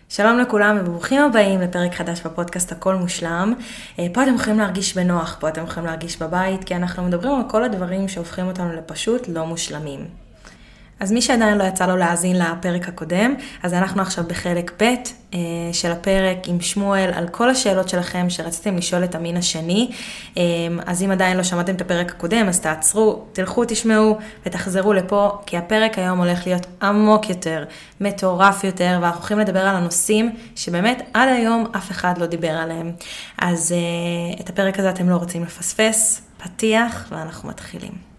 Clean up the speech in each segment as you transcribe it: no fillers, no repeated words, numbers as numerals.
שלום לכולם וברוכים הבאים לפרק חדש בפודקאסט הכל מושלם. פה אתם יכולים להרגיש בנוח, פה אתם יכולים להרגיש בבית, כי אנחנו מדברים על כל הדברים שהופכים אותנו לפשוט לא מושלמים. אז מי שעדיין לא יצא לו להאזין לפרק הקודם, אז אנחנו עכשיו בחלק ב' של הפרק עם שמואל על כל השאלות שלכם שרציתם לשאול את המין השני. אז אם עדיין לא שמעתם את הפרק הקודם, אז תעצרו, תלכו, תשמעו ותחזרו לפה, כי הפרק היום הולך להיות עמוק יותר, מטורף יותר, ואנחנו הולכים לדבר על הנושאים שבאמת עד היום אף אחד לא דיבר עליהם. אז את הפרק הזה אתם לא רוצים לפספס, פתיח ואנחנו מתחילים.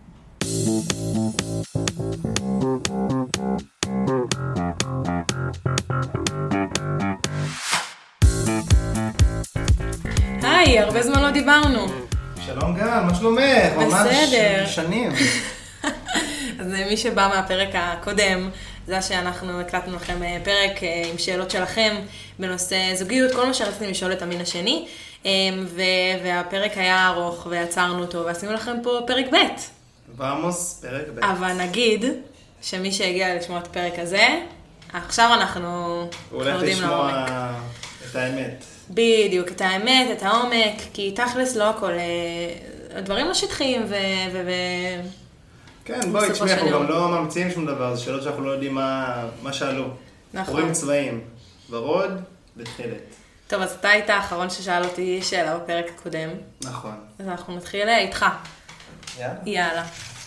היי, הרבה זמן לא דיברנו. שלום גל, מה שלומך? בסדר. ממש שנים. אז מי שבא מהפרק הקודם, זה שאנחנו הקלטנו לכם פרק עם שאלות שלכם בנושא זוגיות, כל מה שרציתם לשאול את המין השני, והפרק היה ארוך ויצרנו אותו ועשינו לכם פה פרק ב'. ועמוס, פרק ב'. אבל נגיד שמי שהגיע לשמוע את הפרק הזה, עכשיו אנחנו הוא הולך לשמוע את האמת. בדיוק, את האמת, את העומק, כי תכלס לא הכל, הדברים לא שטחיים כן, בואי, תשמעי, אנחנו גם לא ממציאים שום דבר, זה שאלות שאנחנו לא יודעים מה שאלו. נכון. קוראים צבעים, ורוד ותחילת. טוב, אז אתה היית האחרון ששאל אותי שאלה בפרק הקודם. נכון. אז אנחנו נתחיל איתך. יאללה.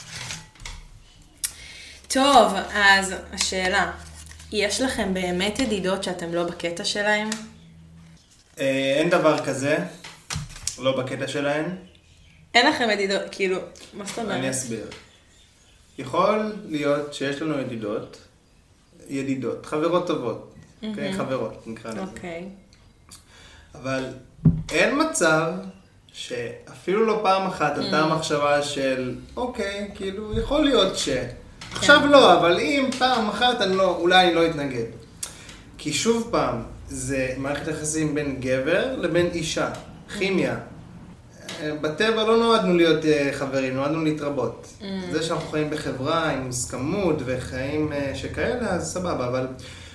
טוב, אז השאלה, יש לכם באמת ידידות שאתם לא בקטע שלהם? אין דבר כזה, לא בקטע שלהן. אין לכם ידידות, כאילו, מה זאת אומרת? אני אסביר. יכול להיות שיש לנו ידידות, חברות טובות, חברות נקרא לזה. אוקיי. אבל אין מצב שאפילו לא פעם אחת עלתה המחשבה של, אוקיי, כאילו, יכול להיות עכשיו לא, אבל אם פעם אחת אולי אני לא אתנגד. כי שוב פעם, זה מערכת יחסים בין גבר לבין אישה, כימיה. בטבע לא נועדנו להיות חברים, נועדנו להתרבות. זה שאנחנו חיים בחברה עם מוסכמות וחיים שכאלה, אז סבבה, אבל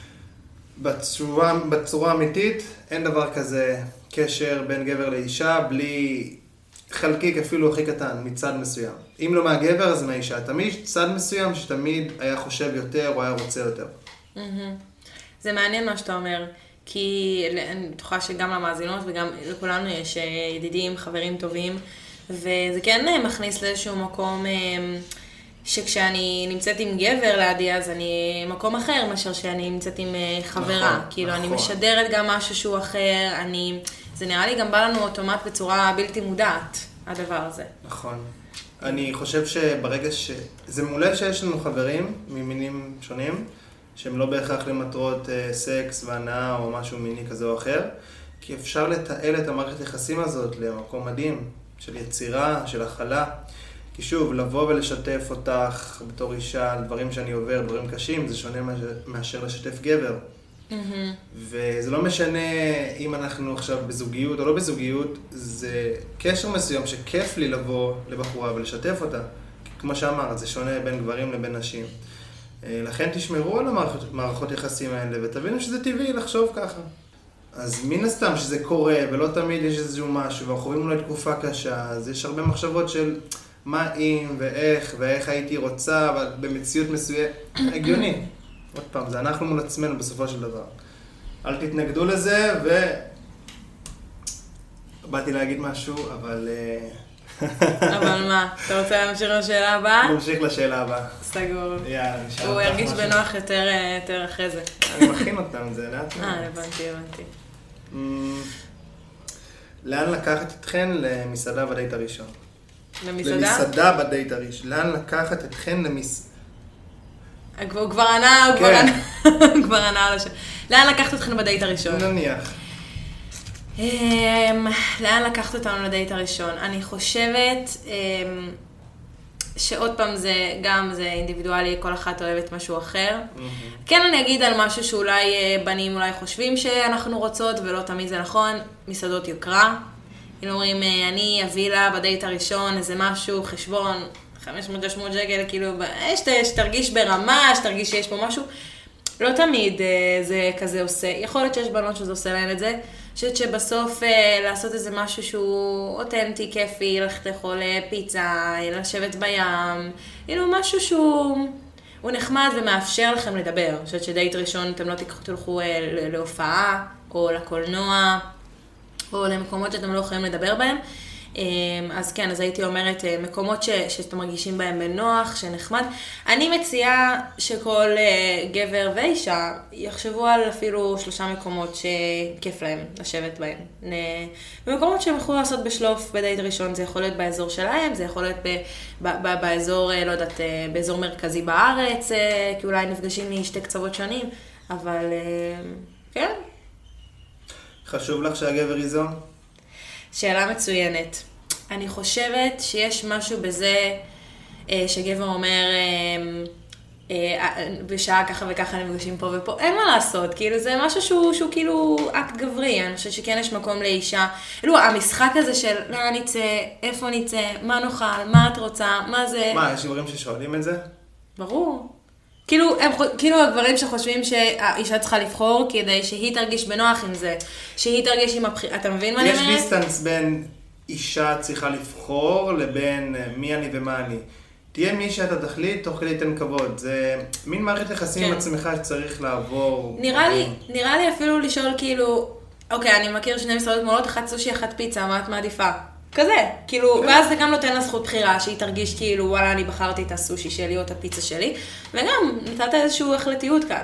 בצורה אמיתית אין דבר כזה קשר בין גבר לאישה בלי חלקיק אפילו הכי קטן מצד מסוים. אם לא מהגבר אז מהאישה, תמיד צד מסוים שתמיד היה חושב יותר או היה רוצה יותר. זה מעניין מה שאתה אומר, כי אני בטוחה שגם למאזינות וגם לכולנו יש ידידים, חברים טובים, וזה כן מכניס לאיזשהו מקום שכשאני נמצאת עם גבר לידי, אז אני מקום אחר מאשר שאני נמצאת עם חברה. נכון, כאילו נכון. אני משדרת גם משהו שהוא אחר, זה נראה לי גם בא לנו אוטומט בצורה בלתי מודעת, הדבר הזה. נכון. אני חושב שברגע זה מעולה שיש לנו חברים ממינים שונים, שהם לא בהכרח למטרות סקס והנאה או משהו מיני כזה או אחר, כי אפשר לתעל את המערכת יחסים הזאת למקום מדהים, של יצירה, של הכלה. כי שוב, לבוא ולשתף אותך בתור אישה על דברים שאני עובר, דברים קשים, זה שונה מאשר לשתף גבר. וזה לא משנה אם אנחנו עכשיו בזוגיות או לא בזוגיות, זה קשר מסוים שכיף לי לבוא לבחורה ולשתף אותה. כמו שאמרת, זה שונה בין גברים לבין נשים. לכן תשמרו על המערכות יחסים האלה ותבינו שזה טבעי לחשוב ככה. אז מן הסתם שזה קורה ולא תמיד יש איזשהו משהו ואנחנו חווים אולי תקופה קשה, אז יש הרבה מחשבות של מה אם ואיך הייתי רוצה, אבל במציאות מסוימת הגיוני. עוד פעם, זה אנחנו מול עצמנו בסופו של דבר. אל תתנגדו לזה באתי להגיד משהו, אבל אבל מה? אתה רוצה להמשיך לשאלה הבאה? נמשיך לשאלה הבאה. סגור. יאללה, נשאר. הוא הרגיש בנוח יותר אחרי זה. אני מכין אותם, זה לאט. הבנתי. לאן לקחת אתכן למסעדה בדייט הראשון? למסעדה? למסעדה בדייט הראשון. לאן לקחת אתכן הוא כבר ענה, הוא כבר ענה על השאלה. לאן לקחת אתכן בדייט הראשון? נניח. לאן לקחת אותנו לדייט הראשון? אני חושבת שעוד פעם זה אינדיבידואלי, כל אחת אוהבת משהו אחר. כן, אני אגיד על משהו שאולי בנים אולי חושבים שאנחנו רוצות ולא תמיד זה נכון, מסעדות יוקרה. אם אומרים, אני אביא לה בדייט הראשון איזה משהו, חשבון, 500-600 שקל, כאילו, שתרגיש ברמה, שתרגיש שיש פה משהו. לא תמיד זה כזה עושה, יכול להיות שיש בנות שזה עושה להן את זה, אני חושבת שבסוף לעשות איזה משהו שהוא אותנטי, כיפי, ללכת לאכול פיצה, לשבת בים, כאילו משהו שהוא נחמד ומאפשר לכם לדבר. אני חושבת שדייט ראשון אתם לא תלכו להופעה או לקולנוע או למקומות שאתם לא יכולים לדבר בהם. אז כן, אז הייתי אומרת מקומות שאתם מרגישים בהם בנוח, שנחמד. אני מציעה שכל גבר ואישה יחשבו על אפילו 3 מקומות שכיף להם לשבת בהם. במקומות שהם יכולו לעשות בשלוף בדייט ראשון, זה יכול להיות באזור שלהם, זה יכול להיות באזור, לא יודעת, באזור מרכזי בארץ, כי אולי נפגשים משתי קצוות שונים, אבל כן. חשוב לך שהגבר ייזום? שאלה מצוינת. אני חושבת שיש משהו בזה שגבר אומר בשעה ככה וככה נפגשים פה ופה, אין מה לעשות, כאילו זה משהו שהוא כאילו אקט גברי. אני חושבת שכן יש מקום לאישה, המשחק הזה של לאן נצא, איפה נצא, מה נאכל, מה את רוצה, מה זה. מה, יש גברים ששואלים את זה? ברור. כאילו הגברים שחושבים שהאישה צריכה לבחור כדי שהיא תרגיש בנוח עם זה, שהיא תרגיש עם הבחירה, אתה מבין מה אני אומרת? יש דיסטנס בין אישה צריכה לבחור לבין מי אני ומה אני. תהיה מי שאתה תחליט, תוך כדי תן כבוד. זה מין מערכת יחסים עם עצמך שצריך לעבור. נראה לי אפילו לשאול כאילו, אוקיי, אני מכיר 2 מסעדות מעולות, 1 סושי, 1 פיצה, מה את מעדיפה? כזה, כאילו, ואז זה גם נותן לה זכות בחירה, שהיא תרגיש כאילו, וואלה, אני בחרתי את הסושי שלי או את הפיצה שלי, וגם נתת איזושהי החלטיות כאן.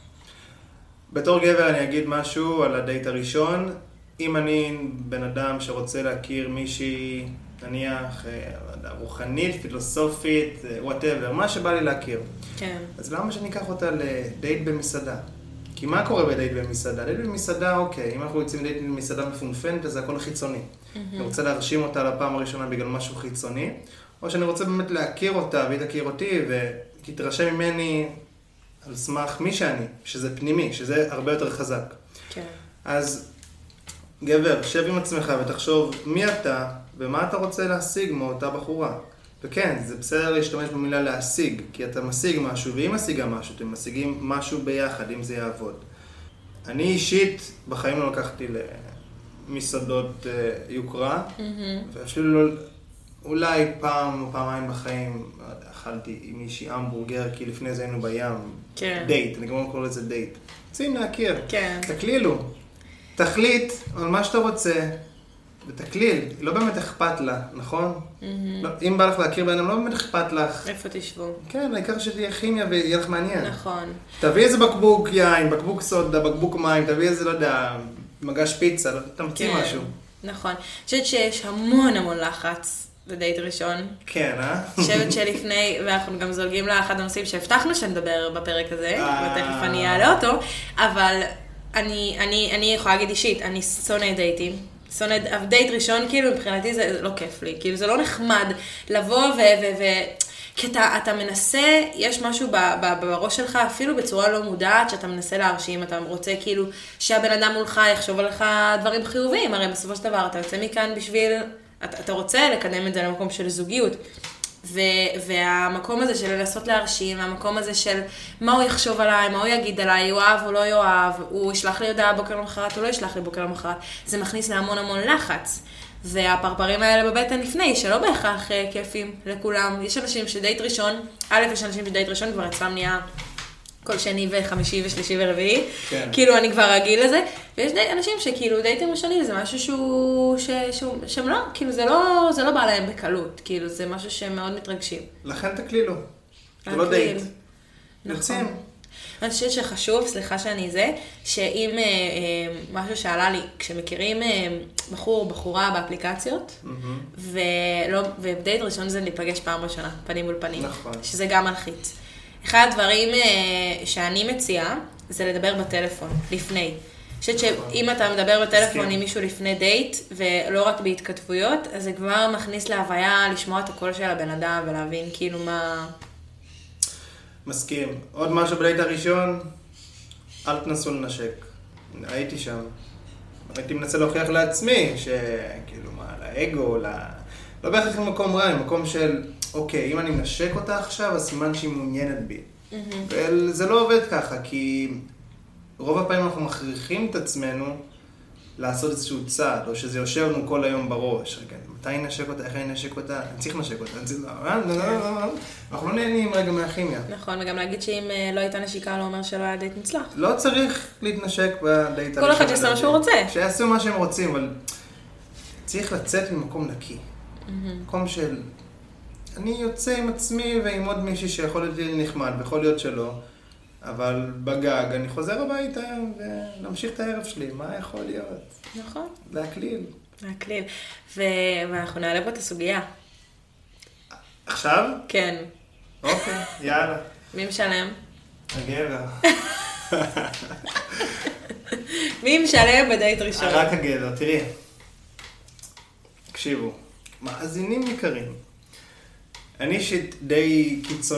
בתור גבר אני אגיד משהו על הדייט הראשון. אם אני בן אדם שרוצה להכיר מישהי, נניח, רוחנית, פילוסופית, whatever, מה שבא לי להכיר. כן. אז למה שאני אקח אותה לדייט במסעדה? כי מה קורה בדייט במסעדה? דייט במסעדה, אוקיי, אם אנחנו יוצאים דייט במסעדה מפונפנת, אז זה הכל חיצוני. אני רוצה להרשים אותה לפעם הראשונה בגלל משהו חיצוני, או שאני רוצה באמת להכיר אותה והיא תכיר אותי ותתרשם ממני על סמך מי שאני, שזה פנימי, שזה הרבה יותר חזק. כן. אז גבר, שב עם עצמך ותחשוב מי אתה ומה אתה רוצה להשיג מאותה בחורה. וכן, זה בסדר להשתמש במילה להשיג, כי אתה משיג משהו, והיא משיגה משהו, אתם משיגים משהו ביחד, אם זה יעבוד. אני אישית בחיים לא לקחתי למסעדות יוקרה, ואפילו לא, אולי פעם או פעמיים בחיים אכלתי עם מישהי המבורגר, כי לפני זה היינו בים. כן. דייט, אני גם קורא לזה דייט. רוצים להכיר. כן. תקלילו. תחליט על מה שאתה רוצה. ותקליל, לא באמת אכפת לה, נכון? לא, אם בא לך להכיר בהם, לא באמת אכפת לך. איפה תשבו? כן, העיקר שתהיה כימיה ויהיה לך מעניין. נכון. תביא איזה בקבוק יין, בקבוק סודה, בקבוק מים, תביא איזה, לא יודע, מגש פיצה, תמציא משהו. נכון. אני חושבת שיש המון לחץ בדייט ראשון. כן, אני חושבת שלפני, ואנחנו גם זולגים לאחד הנושאים שהבטחנו שנדבר בפרק הזה, ותכף אני אעלה אותו, אבל אני יכולה להגיד אישית, אני שונא דייטים. דייט ראשון, כאילו, מבחינתי זה לא כיף לי. כאילו, זה לא נחמד לבוא כי אתה מנסה, יש משהו בראש שלך, אפילו בצורה לא מודעת, שאתה מנסה להרשים, אתה רוצה כאילו שהבן אדם מולך יחשוב עליך דברים חיוביים. הרי בסופו של דבר, אתה יוצא מכאן בשביל, אתה רוצה לקדם את זה למקום של זוגיות. והמקום הזה של לנסות להרשים, והמקום הזה של מה הוא יחשוב עליי, מה הוא יגיד עליי, הוא אוהב או לא יאהב, הוא ישלח לי הודעה בוקר למחרת, הוא לא ישלח לי בוקר למחרת, זה מכניס להמון לחץ. והפרפרים האלה בבטן לפני, שלא בהכרח כיפים לכולם. יש אנשים שדייט ראשון, יש אנשים שדייט ראשון כבר אצלם נהיה כל שני וחמישי ושלישי ורביעי, כן. כאילו אני כבר רגיל לזה, ויש אנשים שכאילו דייטים ראשונים, זה משהו שהם לא, כאילו זה לא בא להם בקלות, כאילו זה משהו שהם מאוד מתרגשים. לכן תקלילו, זה לא דייט. נכון. אני חושבת שחשוב, סליחה שאני שאם משהו שעלה לי, כשמכירים בחורה באפליקציות, ובדייט ראשון זה להיפגש פעם ראשונה, פנים מול פנים, שזה גם מלחיץ. אחד הדברים שאני מציעה, זה לדבר בטלפון, לפני. אני חושבת שאם אתה מדבר בטלפון עם מישהו לפני דייט, ולא רק בהתכתבויות, אז זה כבר מכניס להוויה לשמוע את הקול של הבן אדם, ולהבין כאילו מה... מסכים. עוד משהו בדייט הראשון, אל תנסו לנשק. הייתי שם. הייתי מנסה להוכיח לעצמי, שכאילו מה, לאגו, לא בהכרח מקום רע, מקום של, אוקיי, אם אני מנשק אותה עכשיו, אז סימן שהיא מעוניינת בי. וזה לא עובד ככה, כי רוב הפעמים אנחנו מכריחים את עצמנו לעשות איזשהו צעד, או שזה יושב לנו כל היום בראש. רגע, מתי נשק אותה, איך אני נשק אותה? אני צריך נשק אותה, אנחנו לא נהנים רגע מהכימיה. נכון, וגם להגיד שאם לא הייתה נשיקה, לא אומר שלא היה דייט מוצלח. לא צריך להתנשק בדייט. כל אחד שיעשה מה שהוא רוצה. שיעשו מה שהם רוצים, אבל צריך לצאת ממקום נקי. מקום של... אני יוצא עם עצמי ועם עוד מישהי שיכול להיות לי נחמד, ויכול להיות שלא. אבל בגג אני חוזר הביתה ולהמשיך את הערב שלי, מה יכול להיות? נכון. להקליל. להקליל. ואנחנו נעלה פה את הסוגיה. עכשיו? כן. אוקיי, יאללה. מי משלם? הגבר. מי משלם בדייט ראשון? רק הגבר, תראי. תקשיבו, מאזינים יקרים. אני אישית די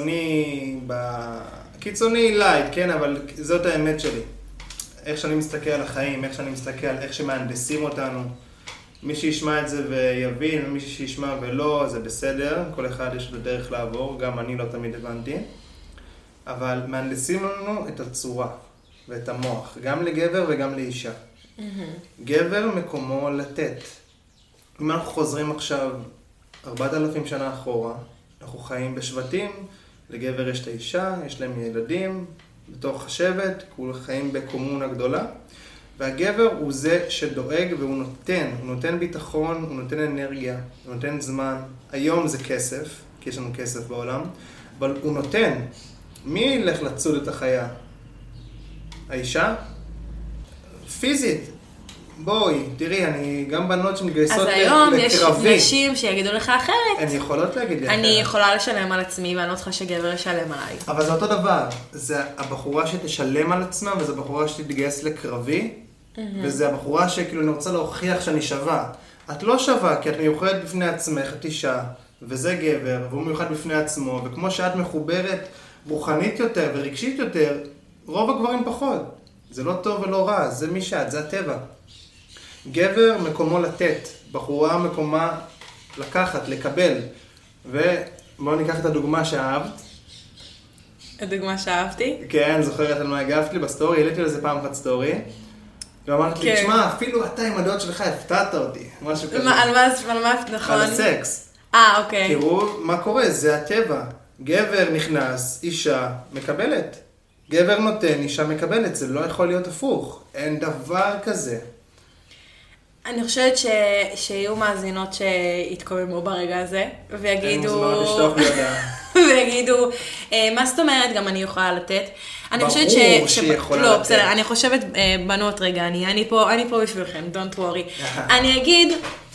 קיצוני לייט, כן, אבל זאת האמת שלי. איך שאני מסתכל על החיים, איך שאני מסתכל על איך שמהנדסים אותנו. מי שישמע את זה ויבין, ומי שישמע ולא, זה בסדר. כל אחד יש לו דרך לעבור, גם אני לא תמיד הבנתי. אבל מהנדסים לנו את הצורה ואת המוח, גם לגבר וגם לאישה. גבר מקומו לתת. אם אנחנו חוזרים עכשיו 4,000 שנה אחורה, אנחנו חיים בשבטים, לגבר יש את האישה, יש להם ילדים, בתוך השבט, כולם חיים בקומונה גדולה, והגבר הוא זה שדואג והוא נותן ביטחון, הוא נותן אנרגיה, הוא נותן זמן. היום זה כסף, כי יש לנו כסף בעולם, אבל הוא נותן. מי ילך לצוד את החיה? האישה? פיזית. בואי, תראי, אני גם בנות שמתגייסות לקרבי. אז היום יש נשים שיגידו לך אחרת. הן יכולות להגיד לי אחרת. אני יכולה לשלם על עצמי, ואני לא צריכה שגבר ישלם עליי. אבל זה אותו דבר. זה הבחורה שתשלם על עצמה, וזה הבחורה שתתגייס לקרבי, וזה הבחורה שכאילו אני רוצה להוכיח שאני שווה. את לא שווה, כי את מיוחדת בפני עצמך, את אישה, וזה גבר, והוא מיוחד בפני עצמו, וכמו שאת מחוברת רוחנית יותר ורגשית יותר, רוב הגברים פחות. זה לא טוב ולא רע, זה מי שאת, זה הטבע. גבר מקומו לתת, בחורה מקומה לקחת, לקבל. ובואו ניקח את הדוגמה שאהבת. הדוגמה שאהבתי? כן, זוכרת על מה הגבת לי בסטורי, העליתי לזה פעם אחת סטורי. ואמרת לי, תשמע, אפילו אתה עם הדעות שלך הפתעת אותי, משהו כזה. על מה, נכון? על הסקס. אוקיי. תראו מה קורה, זה הטבע. גבר נכנס, אישה מקבלת. גבר נותן, אישה מקבלת, זה לא יכול להיות הפוך. אין דבר כזה. אני חושבת שיהיו מאזינות שהתקוממו ברגע הזה, ויגידו, מה זאת אומרת, גם אני יכולה לתת. ברור שהיא יכולה לתת. לא, בסדר, אני חושבת, בנות רגע, אני פה בשבילכם, don't worry. אני אגיד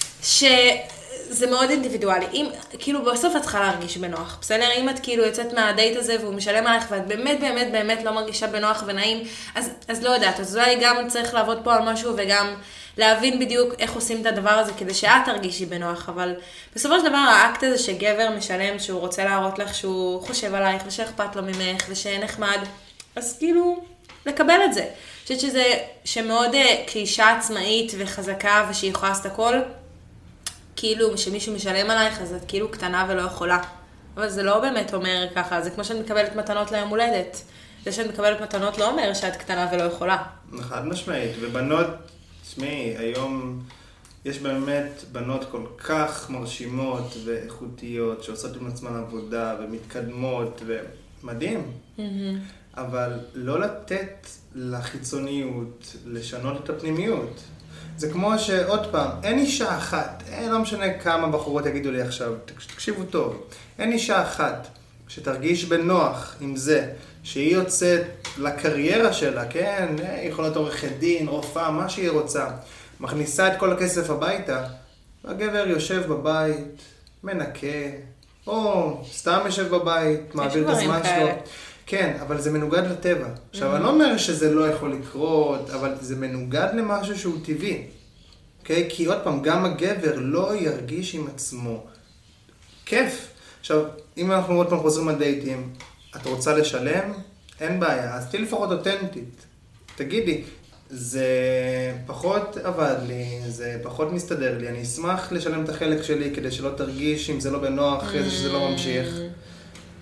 שזה מאוד אינדיבידואלי. כאילו בסוף את צריכה להרגיש בנוח, בסדר? אם את כאילו יוצאת מהדייט הזה והוא משלם עליך ואת באמת באמת באמת לא מרגישה בנוח ונעים, אז לא יודעת, אז אולי גם צריך לעבוד פה על משהו וגם להבין בדיוק איך עושים את הדבר הזה כדי שאת תרגישי בנוח, אבל בסופו של דבר האקט הזה שגבר משלם, שהוא רוצה להראות לך שהוא חושב עלייך ושאכפת לו ממך ושנחמד, אז כאילו לקבל את זה. אני חושבת שזה שמאוד כאישה עצמאית וחזקה ושהיא יכולה לעשות הכל, כאילו שמישהו משלם עלייך אז את כאילו קטנה ולא יכולה. אבל זה לא באמת אומר ככה, זה כמו שאת מקבלת מתנות ליום הולדת. זה שאת מקבלת מתנות לא אומר שאת קטנה ולא יכולה. חד משמעית, ובנות, תשמעי, היום יש באמת בנות כל כך מרשימות ואיכותיות שעושות עם עצמן עבודה ומתקדמות ומדהים. אבל לא לתת לחיצוניות לשנות את הפנימיות. זה כמו שעוד פעם, אין אישה אחת, לא משנה כמה בחורות יגידו לי עכשיו, תקשיבו טוב, אין אישה אחת שתרגיש בנוח עם זה שהיא יוצאת לקריירה שלה, כן, היא יכולה להיות עורכת דין, רופאה, מה שהיא רוצה, מכניסה את כל הכסף הביתה, והגבר יושב בבית, מנקה, או סתם יושב בבית, מעביר את הזמן שלו. כן, אבל זה מנוגד לטבע. עכשיו, אני לא אומר שזה לא יכול לקרות, אבל זה מנוגד למשהו שהוא טבעי. אוקיי? כי עוד פעם, גם הגבר לא ירגיש עם עצמו כיף. עכשיו, אם אנחנו עוד פעם חוזרים לדייטים, את רוצה לשלם? אין בעיה, אז תהי לפחות אותנטית. תגידי, זה פחות עבד לי, זה פחות מסתדר לי, אני אשמח לשלם את החלק שלי כדי שלא תרגיש אם זה לא בנוח, איזה שזה לא ממשיך.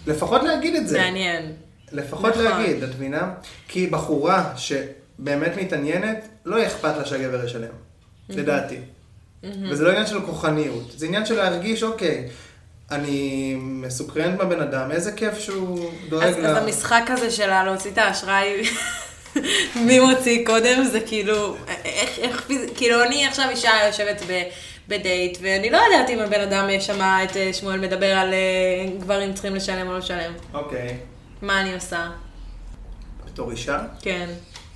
לפחות להגיד את זה. מעניין. לפחות נכון. להגיד, את מבינה? כי בחורה שבאמת מתעניינת, לא אכפת לה שהגבר ישלם. לדעתי. וזה לא עניין של כוחניות. זה עניין של להרגיש, אוקיי, אני מסוקרן בבן אדם, איזה כיף שהוא דואג לה. אז המשחק הזה שלה להוציא את האשראי, מי מוציא קודם, זה כאילו, כאילו אני עכשיו אישה יושבת בדייט, ואני לא יודעת אם הבן אדם שמע את שמואל מדבר על גברים צריכים לשלם או לא לשלם. אוקיי. מה אני עושה? בתור אישה? כן.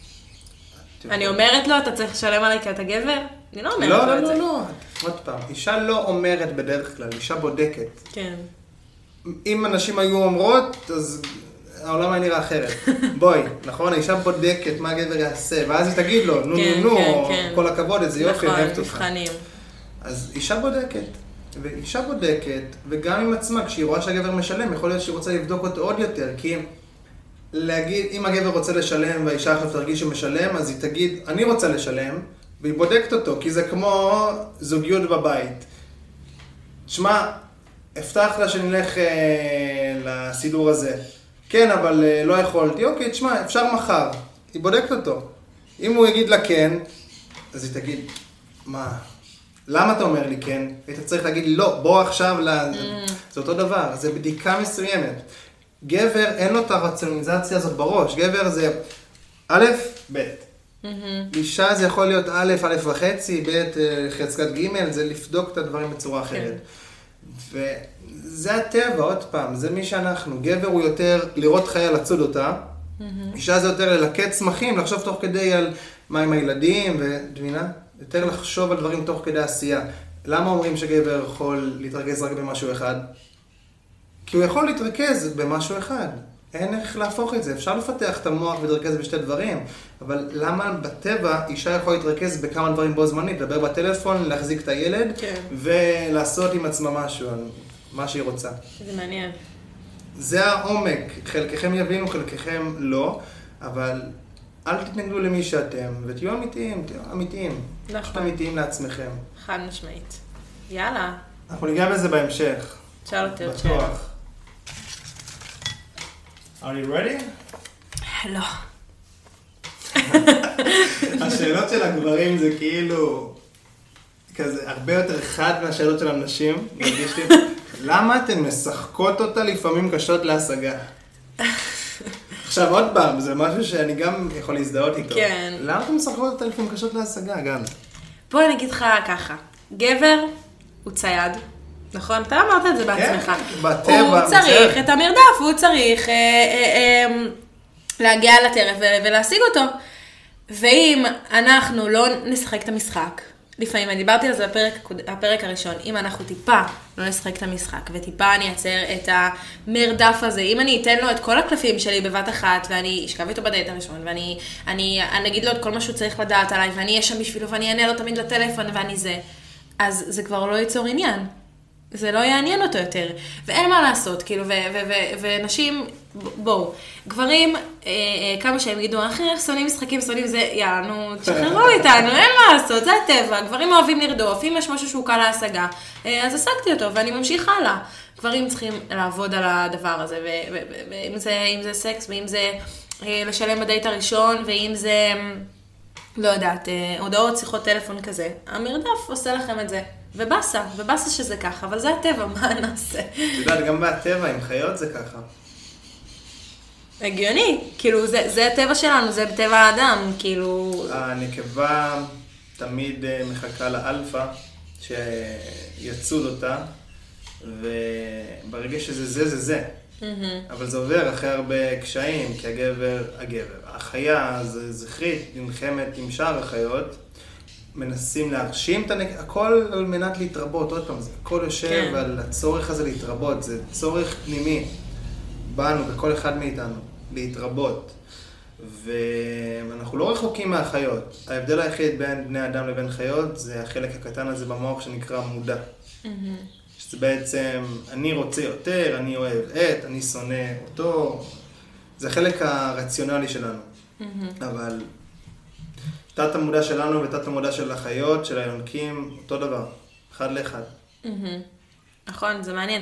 אני אומרת לו, אתה צריך לשלם עליי כי אתה גבר? אני לא אומרת לו את זה. לא. עוד פעם, אישה לא אומרת בדרך כלל, אישה בודקת. כן. אם אנשים היו אומרות, אז העולם היה נראה אחרת. בואי, נכון? האישה בודקת מה הגבר יעשה, ואז היא תגיד לו, נו, כל הכבוד, איזה יופי, אני אוהבת אותך. נכון, מבחנים. אז אישה בודקת, ואישה בודקת, וגם עם עצמה, כשהיא רואה שהגבר משלם, יכול להיות שהיא רוצה לבדוק אותו עוד יותר, כי להגיד, אם הגבר רוצה לשלם והאישה עכשיו תרגיש שמשלם, אז היא תגיד, אני רוצה לשלם, והיא בודקת אותו, כי זה כמו זוגיות בבית. תשמע, הבטח לה שנלך לסידור הזה. כן, אבל לא יכולתי. אוקיי, תשמע, אפשר מחר. היא בודקת אותו. אם הוא יגיד לה כן, אז היא תגיד, מה? למה אתה אומר לי כן? היית צריך להגיד, לא, בוא עכשיו זה אותו דבר, זה בדיקה מסוימת. גבר, אין לו את הרציונליזציה הזאת בראש. גבר זה א', ב'. אישה זה יכול להיות א', א' וחצי, ב', חזקת ג', זה לבדוק את הדברים בצורה אחרת. וזה הטבע, עוד פעם, זה מי שאנחנו. גבר הוא יותר לראות חיה לצוד אותה, אישה זה יותר ללקט צמחים, לחשוב תוך כדי על מה עם הילדים, ודמינה, יותר לחשוב על דברים תוך כדי עשייה. למה אומרים שגבר יכול להתרכז רק במשהו אחד? כי הוא יכול להתרכז במשהו אחד. אין איך להפוך את זה. אפשר לפתח את המוח ולהתרכז בשתי דברים. אבל למה בטבע אישה יכולה להתרכז בכמה דברים בו זמנית? לדבר בטלפון, להחזיק את הילד, ולעשות עם עצמה משהו, מה שהיא רוצה. זה מעניין. זה העומק. חלקכם יבינו, חלקכם לא, אבל אל תתנגדו למי שאתם, ותהיו אמיתיים, תהיו אמיתיים. נכון. פשוט אמיתיים לעצמכם. חד משמעית. יאללה. אנחנו ניגע בזה בהמשך. תשאל אותי עוד שאלה. בטוח. Are you ready? לא. השאלות של הגברים זה כאילו כזה הרבה יותר חד מהשאלות של הנשים. מרגיש לי, למה אתן משחקות אותה לפעמים קשות להשגה? עכשיו עוד פעם, זה משהו שאני גם יכול להזדהות איתו. כן. למה אתן משחקות אותה לפעמים קשות להשגה גם? בוא אני אגיד לך ככה, גבר הוא צייד, נכון? אתה אמרת את זה בעצמך. כן, בטבע. הוא צריך את המרדף, הוא צריך להגיע לטרף ולהשיג אותו. ואם אנחנו לא נשחק את המשחק, לפעמים, אני דיברתי על זה בפרק הראשון, אם אנחנו טיפה לא נשחק את המשחק, וטיפה אני אעצר את המרדף הזה, אם אני אתן לו את כל הקלפים שלי בבת אחת, ואני אשכב איתו בדייט הראשון, ואני אגיד לו את כל מה שהוא צריך לדעת עליי, ואני אהיה שם בשבילו, ואני אענה לו תמיד לטלפון, ואני זה, אז זה כבר לא ייצור עניין. זה לא יעניין אותו יותר. ואין מה לעשות, כאילו, ונשים, בואו, גברים, כמה שהם יגידו, אחי, שונאים משחקים, שונאים זה, יאללה, נו, תשחררו איתנו, אין מה לעשות, זה הטבע. גברים אוהבים לרדוף, אם יש משהו שהוא קל להשגה, אז השגתי אותו, ואני ממשיך הלאה. גברים צריכים לעבוד על הדבר הזה, ואם זה סקס, ואם זה לשלם בדייט הראשון, ואם זה, לא יודעת, הודעות, שיחות טלפון כזה, המרדף עושה לכם את זה. ובאסה שזה ככה, אבל זה הטבע, מה נעשה? את יודעת, גם בטבע, עם חיות זה ככה. הגיוני, כאילו, זה הטבע שלנו, זה בטבע האדם, כאילו... הנקבה תמיד מחכה לאלפא, שיצוד אותה, וברגע שזה זה. אבל זה עובר אחרי הרבה קשיים, כי הגבר, החיה זה זכרית, נלחמת עם שאר החיות, מנסים להרשים את הכל על מנת להתרבות, עוד פעם, זה הכל יושב על הצורך הזה להתרבות, זה צורך פנימי, בנו, בכל אחד מאיתנו, להתרבות. ואנחנו לא רחוקים מהחיות. ההבדל היחיד בין בני אדם לבין חיות, זה החלק הקטן הזה במוח שנקרא מודע. שזה בעצם, אני רוצה יותר, אני אוהב אני שונא אותו, זה החלק הרציונלי שלנו. אבל תת המודע שלנו ותת המודע של החיות, של היונקים, אותו דבר, אחד לאחד. נכון, זה מעניין.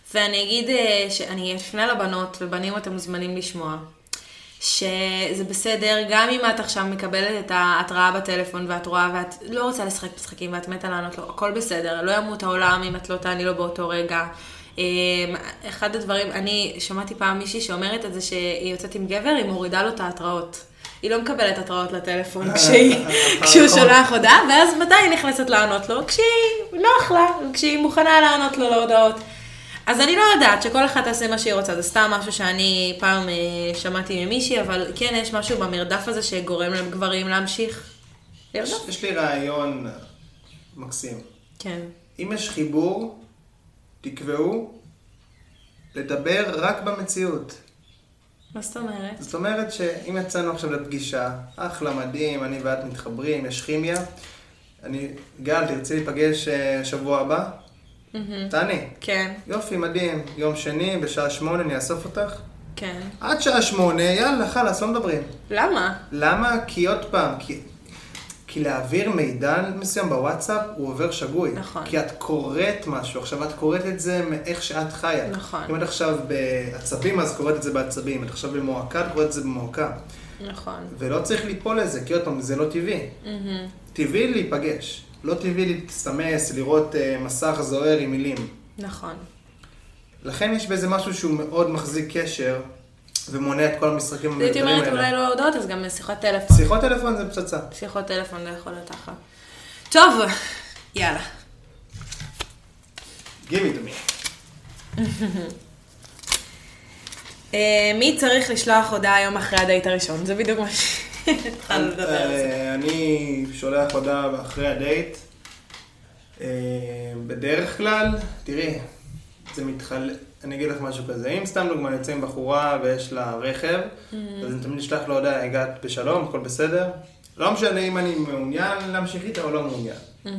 ואני אגיד שאני אפנה לבנות, ובנים אתם מוזמנים לשמוע, שזה בסדר, גם אם את עכשיו מקבלת את ההתראה בטלפון, ואת רואה, ואת לא רוצה לשחק משחקים, ואת מתה לענות לו, הכל בסדר, לא ימות העולם אם את לא תעני לו באותו רגע. אחד הדברים, אני שמעתי פעם מישהי שאומרת את זה, שהיא יוצאת עם גבר, היא מורידה לו את ההתראות. היא לא מקבלת התראות לטלפון כשהוא שולח הודעה, ואז מתי היא נכנסת לענות לו? כשהיא נוח לה, כשהיא מוכנה לענות לו להודעות. אז אני לא יודעת שכל אחד תעשה מה שהיא רוצה, זה סתם משהו שאני פעם שמעתי ממישהי, אבל כן יש משהו במרדף הזה שגורם להם גברים להמשיך לרדוף. יש לי רעיון מקסים. כן. אם יש חיבור, תקבעו לדבר רק במציאות. מה זאת אומרת? זאת אומרת שאם יצאנו עכשיו לפגישה, אחלה מדהים, אני ואת מתחברים, יש כימיה. גל, תרצי להיפגש שבוע הבא? תעני. כן. יופי, מדהים. יום שני, בשעה 8, אני אאסוף אותך. כן. עד שעה 8, יאללה, חלאס, לא מדברים. למה? למה? כי עוד פעם, כי להעביר מידע מסוים בוואטסאפ הוא עובר שגוי. נכון. כי את קוראת משהו, עכשיו את קוראת את זה מאיך שאת חיה. נכון. אם את עכשיו בעצבים, אז קוראת את זה בעצבים. את עכשיו במועקה, את קוראת את זה במועקה. נכון. ולא צריך ליפול לזה, כי עוד פעם, זה לא טבעי. טבעי להיפגש. לא טבעי להסתמס, לראות מסך זוהר עם מילים. נכון. לכן יש באיזה משהו שהוא מאוד מחזיק קשר, ומונע את כל המשחקים הייתי אומרת אולי לא הודעות, אז גם שיחות טלפון. שיחות טלפון זה פצצה. שיחות טלפון לא יכול להיות אחת. טוב, יאללה. Give it to me. מי צריך לשלוח הודעה יום אחרי הדייט הראשון? זה בדיוק מה שהתחלנו לדבר על זה. אני שולח הודעה אחרי הדייט. בדרך כלל, תראי, זה מתחלק. אני אגיד לך משהו כזה, אם סתם דוגמה יוצא עם בחורה ויש לה רכב, אז אני תמיד אשלח לו הודעה, הגעת בשלום, הכל בסדר. לא משנה אם אני מעוניין להמשיך איתה או לא מעוניין.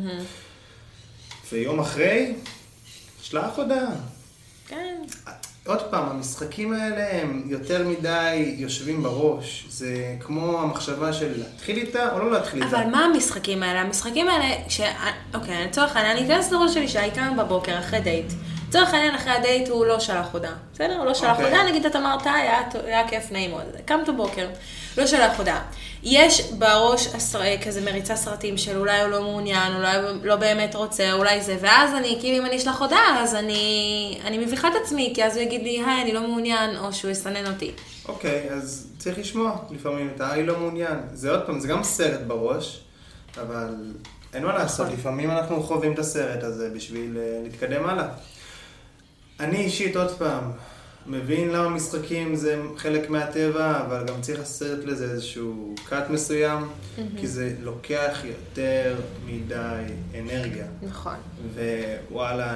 ויום אחרי, שלח הודעה. כן. עוד פעם, המשחקים האלה הם יותר מדי יושבים בראש. זה כמו המחשבה של להתחיל איתה או לא להתחיל איתה. אבל מה המשחקים האלה? המשחקים האלה, אוקיי, לצורך העניין, אני אכנס לראש שלי שהיא קמה בבוקר אחרי דייט. לצורך העניין, אחרי הדייט הוא לא שלח הודעה. בסדר? הוא לא שלח הודעה, נגיד את אמרת, היה כיף נעים מאוד. קמת בוקר, לא שלח הודעה. יש בראש כזה מריצה סרטים של אולי הוא לא מעוניין, אולי הוא לא באמת רוצה, אולי זה, ואז אני, כאילו אם אני אשלח הודעה, אז אני מביכה את עצמי, כי אז הוא יגיד לי, היי, אני לא מעוניין, או שהוא יסנן אותי. אוקיי, אז צריך לשמוע לפעמים את היי, לא מעוניין. זה עוד פעם, זה גם סרט בראש, אבל אין מה לעשות, לפעמים אנחנו חווים את הסרט הזה בשביל להתקדם הלאה. אני אישית עוד פעם, מבין למה משחקים זה חלק מהטבע, אבל גם צריך לסרט לזה איזשהו קאט מסוים, כי זה לוקח יותר מדי אנרגיה. נכון. ווואלה,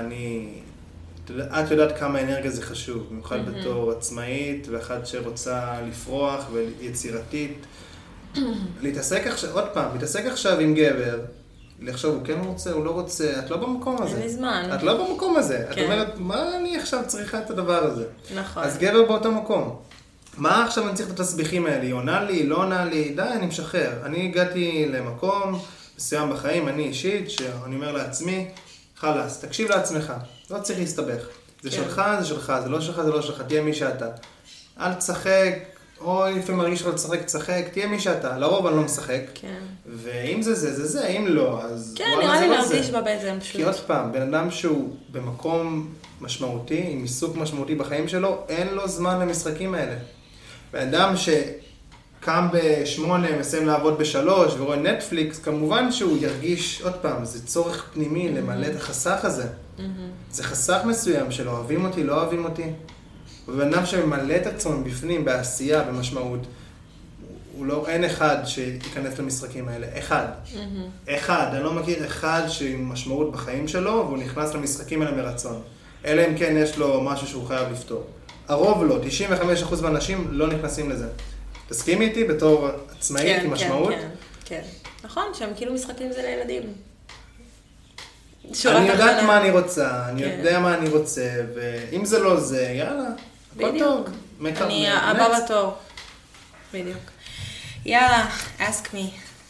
את יודעת כמה אנרגיה זה חשוב, במיוחד בתור עצמאית, ואחת שרוצה לפרוח ויצירתית. להתעסק עכשיו, עוד פעם, להתעסק עכשיו עם גבר, לחשוב, הוא כן רוצה, הוא לא רוצה, את לא במקום הזה. אין לי זמן. את לא במקום הזה. כן. את אומרת, מה אני עכשיו צריכה את הדבר הזה? נכון. אז גבר באותו מקום. מה עכשיו אני צריך את התסביכים האלה? היא עונה לי, לא עונה לי, די, אני משחרר. אני הגעתי למקום מסוים בחיים, אני אישית, שאני אומר לעצמי, חלאס, תקשיב לעצמך, לא צריך להסתבך. זה כן. שלך, זה שלך, זה לא שלך, זה לא שלך, תהיה מי שאתה. אל תשחק, או לפעמים מרגיש לך לשחק, תשחק, תהיה מי שאתה. לרוב אני לא משחק. כן. ואם זה, אם לא, אז כן, נראה לי להרגיש בבטן פשוט. כי עוד פעם, בן אדם שהוא במקום משמעותי, עם עיסוק משמעותי בחיים שלו, אין לו זמן למשחקים האלה. בן אדם שקם ב8, מסיים לעבוד ב3 ורואה נטפליקס, כמובן שהוא ירגיש, עוד פעם, זה צורך פנימי למלא את החסך הזה. זה חסך מסוים של אוהבים אותי, לא אוהבים אותי. ובן אדם שממלא את עצמו בפנים, בעשייה, במשמעות, אין אחד שייכנס למשחקים האלה. אחד. אני לא מכיר אחד שעם משמעות בחיים שלו, והוא נכנס למשחקים האלה מרצון. אלא אם כן יש לו משהו שהוא חייב לפתור. הרוב לא, 95% מהאנשים לא נכנסים לזה. תסכימי איתי בתור עצמאית עם משמעות? כן. נכון, שהם כאילו משחקים זה לילדים. אני יודעת מה אני רוצה, אני יודע מה אני רוצה, ואם זה לא זה, יאללה, הכל טוב. אני הבא בתור. בדיוק. יאללה, ask me.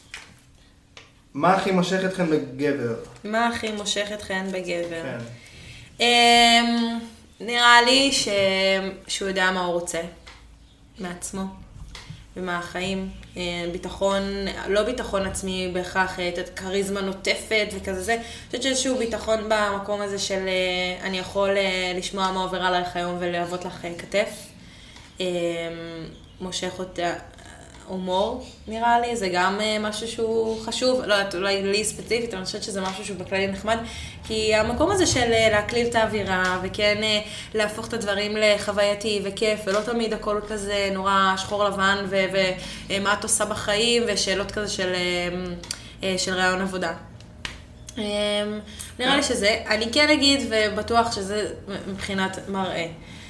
מה הכי מושך אתכם בגבר? מה הכי מושך אתכם בגבר? כן. נראה לי שהוא יודע מה הוא רוצה מעצמו ומהחיים. ביטחון, לא ביטחון עצמי בהכרח, כריזמה נוטפת וכזה זה. אני חושבת שאיזשהו ביטחון במקום הזה של אני יכול לשמוע מה עובר עלייך היום ולהוות לך כתף. מושך אותה. הומור, נראה לי, זה גם משהו שהוא חשוב, לא יודעת, אולי לי ספציפית, אני חושבת שזה משהו שהוא בכללי נחמד, כי המקום הזה של להקליל את האווירה, וכן להפוך את הדברים לחווייתי וכיף, ולא תמיד הכל כזה נורא שחור לבן, ומה את עושה בחיים, ושאלות כזה של רעיון עבודה. נראה לי שזה, אני כן אגיד, ובטוח שזה מבחינת מראה.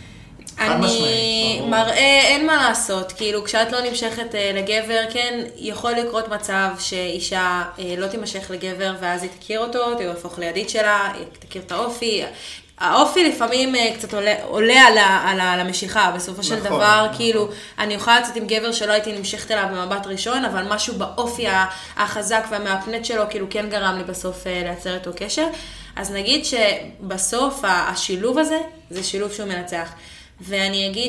אני מראה, אין מה לעשות, כאילו כשאת לא נמשכת לגבר, כן, יכול לקרות מצב שאישה לא תימשך לגבר ואז היא תכיר אותו, תהפוך לידית שלה, תכיר את האופי. האופי לפעמים קצת עולה על המשיכה, בסופו של דבר, כאילו, אני יכולה לצאת עם גבר שלא הייתי נמשכת אליו במבט ראשון, אבל משהו באופי החזק והמאפנט שלו, כאילו כן גרם לי בסוף לייצר איתו קשר. אז נגיד שבסוף השילוב הזה, זה שילוב שהוא מנצח. ואני אגיד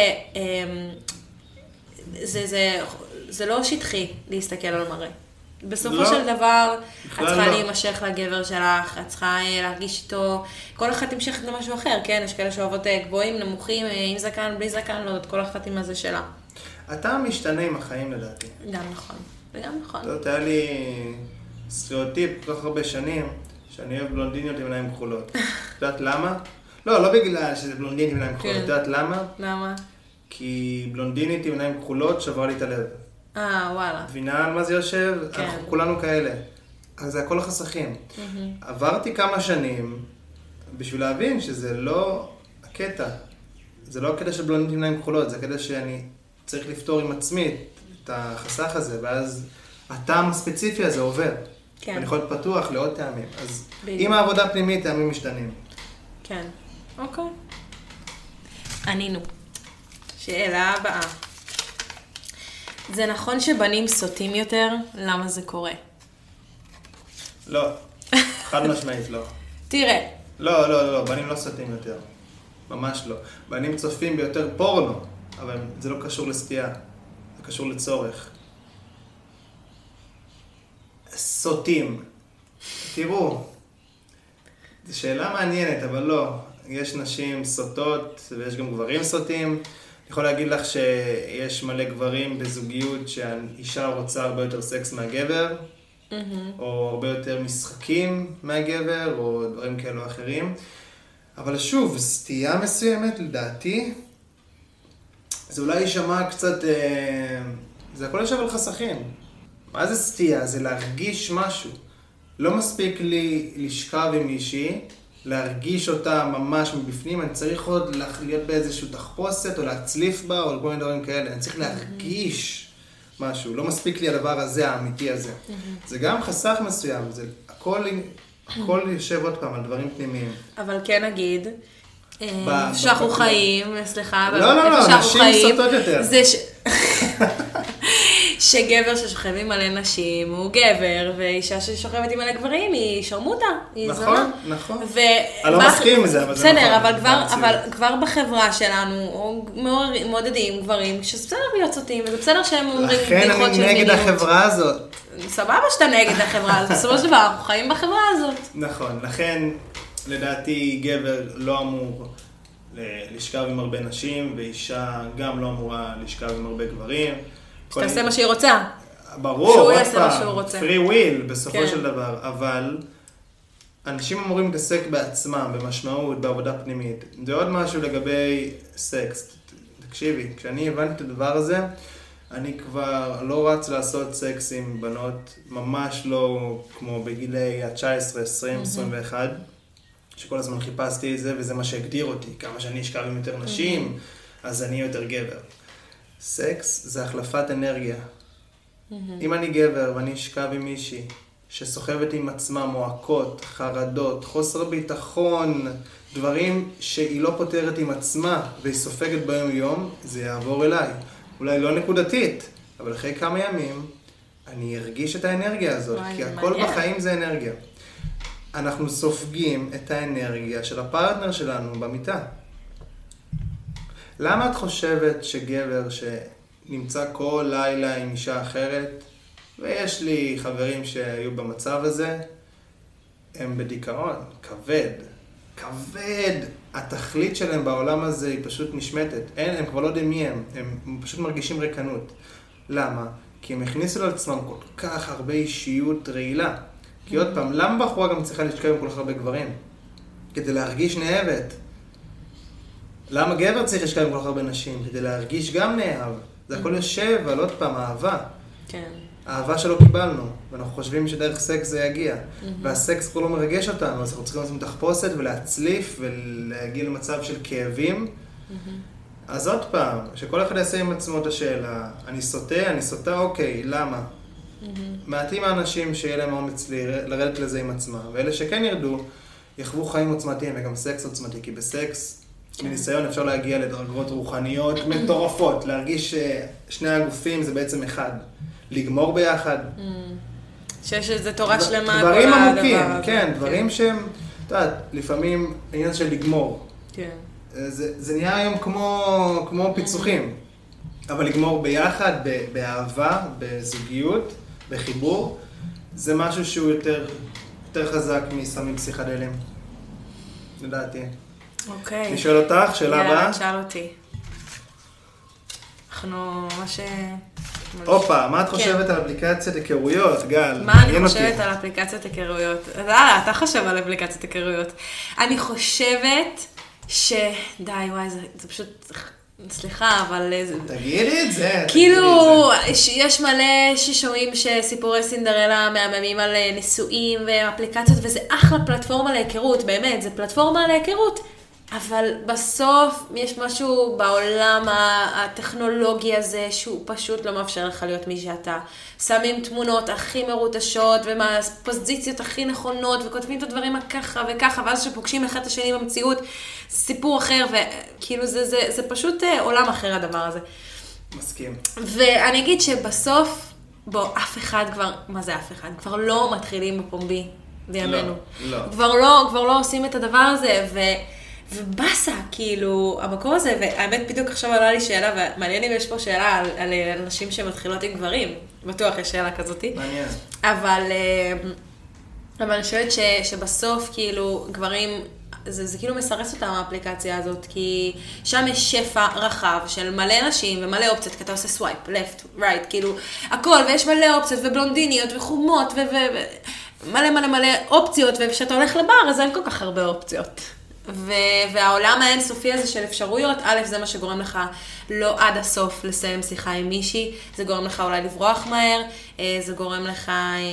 זה לא שטחי להסתכל על מראה. בסופו של דבר, את צריכה להימשך לגבר שלך, את צריכה להרגיש איתו, כל אחת תמשכת למשהו אחר, כן? יש כאלה שאוהבות גבוהים, נמוכים, עם זקן, בלי זקן, לא יודעת, כל אחת עם הזה שלה. אתה משתנה עם החיים לדעתי. גם נכון, וגם נכון. זאת אומרת, היה לי סטריאוטיפ כל כך הרבה שנים, שאני אוהב בלונדיניות עם עיניים כחולות. את יודעת למה? לא בגלל שזה בלונדינית עם עיניים כחולות. את יודעת למה? למה? כי בלונדינית עם עיניים כחולות שברה לי את הלב. וואלה. תבינה על מה זה יושב? כן. אנחנו כולנו כאלה. אז זה הכל חסכים. עברתי כמה שנים בשביל להבין שזה לא הקטע. זה לא הקטע של בלונדינית עם עיניים כחולות, זה הקטע שאני צריך לפתור עם עצמי את החסך הזה, ואז הטעם הספציפי הזה עובר. כן. אני יכול להיות פתוח לעוד טעמים. אז עם העבודה פנימית, טעמים משתנים. כן. אוקיי. ענינו. שאלה הבאה. זה נכון שבנים סוטים יותר? למה זה קורה? לא. חד משמעית לא. תראה. לא. בנים לא סוטים יותר. ממש לא. בנים צופים ביותר פורנו, אבל זה לא קשור לסטייה. זה קשור לצורך. סוטים. תראו. זו שאלה מעניינת, אבל לא. יש נשים סוטות ויש גם גברים סוטים. אני יכול להגיד לך שיש מלא גברים בזוגיות שהאישה רוצה הרבה יותר סקס מהגבר, או הרבה יותר משחקים מהגבר, או דברים כאלו אחרים. אבל שוב, סטייה מסוימת, לדעתי, זה אולי יישמע קצת, זה הכל יושב על חסכים. מה זה סטייה? זה להרגיש משהו. לא מספיק לי לשכב עם מישהי, להרגיש אותה ממש מבפנים, אני צריך עוד להיות באיזשהו תחפושת, או להצליף בה, או כל מיני דברים כאלה. אני צריך להרגיש משהו. לא מספיק לי הדבר הזה, האמיתי הזה. זה גם חסך מסוים, זה הכל יושב עוד פעם על דברים פנימיים. אבל כן נגיד, שאנחנו חיים, סליחה, לא, נשים סוטות יותר. שגבר ששוכב עם מלא נשים הוא גבר, ואישה ששוכבת עם מלא גברים היא שרמוטה, היא זונה. נכון. אני לא מסכים עם זה, אבל זה נכון. בסדר, אבל כבר בחברה שלנו, מעודדים גברים, שזה בסדר להיות סוטים, וזה בסדר שהם אומרים בדיחות של מיניות. לכן אני נגד החברה הזאת. סבבה שאתה נגד החברה הזאת, בסופו של דבר, אנחנו חיים בחברה הזאת. נכון, לכן לדעתי גבר לא אמור לשכב עם הרבה נשים, ואישה גם לא אמורה לשכב עם הרבה גברים. שתעשה מה שהיא רוצה. ברור, שהוא יעשה מה שהוא רוצה. free will בסופו של דבר, אבל אנשים אמורים להתעסק בעצמם, במשמעות, בעבודה פנימית. זה עוד משהו לגבי סקס. תקשיבי, כשאני הבנתי את הדבר הזה, אני כבר לא רץ לעשות סקס עם בנות, ממש לא כמו בגילי ה-19, 20, 21, שכל הזמן חיפשתי את זה, וזה מה שהגדיר אותי. כמה שאני אשכב עם יותר נשים, אז אני יותר גבר. סקס זה החלפת אנרגיה. אם אני גבר ואני אשכב עם מישהי שסוחבת עם עצמה מועקות, חרדות, חוסר ביטחון, דברים שהיא לא פותרת עם עצמה והיא סופגת ביום יום, זה יעבור אליי. אולי לא נקודתית, אבל אחרי כמה ימים אני ארגיש את האנרגיה הזאת, כי הכל בחיים זה אנרגיה. אנחנו סופגים את האנרגיה של הפרטנר שלנו במיטה. למה את חושבת שגבר שנמצא כל לילה עם אישה אחרת, ויש לי חברים שהיו במצב הזה, הם בדיכאון, כבד, כבד. התכלית שלהם בעולם הזה היא פשוט נשמטת. הם כבר לא יודעים מי הם פשוט מרגישים ריקנות. למה? כי הם הכניסו לעצמם כל כך הרבה אישיות רעילה. כי עוד פעם, למה בחורה גם צריכה לשכב עם כל כך הרבה גברים? כדי להרגיש נאהבת. למה גבר צריך לשכב עם כל כך הרבה נשים? כדי להרגיש גם נאהב. זה הכל יושב על עוד פעם, אהבה. כן. האהבה שלא קיבלנו, ואנחנו חושבים שדרך סקס זה יגיע. והסקס כבר לא מרגש אותנו, אז אנחנו צריכים לעשות תחפושת ולהצליף ולהגיע למצב של כאבים. אז עוד פעם, שכל אחד יעשה עם עצמו את השאלה, אני סוטה, אוקיי, למה? מעטים האנשים שיהיה להם אומץ לרדת לזה עם עצמם, ואלה שכן ירדו, יחוו חיים עוצמתיים וגם סקס עוצמתי, כי בסקס, מניסיון אפשר להגיע לדרגות רוחניות מטורפות, להרגיש ששני הגופים זה בעצם אחד, לגמור ביחד. שיש איזו תורה שלמה. דברים עמוקים, כן, דברים שהם, את יודעת, לפעמים עניין של לגמור. כן. זה נהיה היום כמו פיצוחים, אבל לגמור ביחד, באהבה, בזוגיות, בחיבור, זה משהו שהוא יותר חזק מסמים פסיכדליים, לדעתי. אוקיי. אני שואל אותך, שאלה הבאה? יאללה, תשאל אותי. אנחנו ממש... אופה, מה את חושבת על אפליקציית היכרויות, גל? מה אני חושבת על אפליקציית היכרויות? אתה חושב על אפליקציית היכרויות. אני חושבת די, וואי, זה פשוט... סליחה, אבל... תגידי את זה. כאילו, יש מלא ששומעים שסיפורי סינדרלה מהממים על נישואים ואפליקציות, וזה אחלה פלטפורמה להיכרות, באמת, זה פלטפורמה להיכרות. אבל בסוף יש משהו בעולם הטכנולוגי הזה שהוא פשוט לא מאפשר לך להיות מי שאתה. שמים תמונות הכי מרוטשות ומהפוזיציות הכי נכונות וכותבים את הדברים ככה וככה, ואז שפוגשים אחד את השני במציאות, זה סיפור אחר, וכאילו זה פשוט עולם אחר הדבר הזה. מסכים. ואני אגיד שבסוף, אף אחד כבר, מה זה אף אחד? כבר לא מתחילים בפומבי בימינו. לא. כבר לא עושים את הדבר הזה, ובאסה, כאילו, המקום הזה, והאמת בדיוק עכשיו עולה לי שאלה, ומעניין אם יש פה שאלה על אנשים שמתחילות עם גברים, בטוח יש שאלה כזאת. מעניין. אבל אני חושבת שבסוף, כאילו, גברים, זה כאילו מסרס אותם האפליקציה הזאת, כי שם יש שפע רחב של מלא נשים ומלא אופציות, כי אתה עושה סווייפ, left, right, כאילו, הכל, ויש מלא אופציות ובלונדיניות וחומות מלא אופציות, וכשאתה הולך לבר, אז אין כל כך הרבה אופציות. והעולם האינסופי הזה של אפשרויות, א', זה מה שגורם לך לא עד הסוף לסיים שיחה עם מישהי, זה גורם לך אולי לברוח מהר, זה גורם לך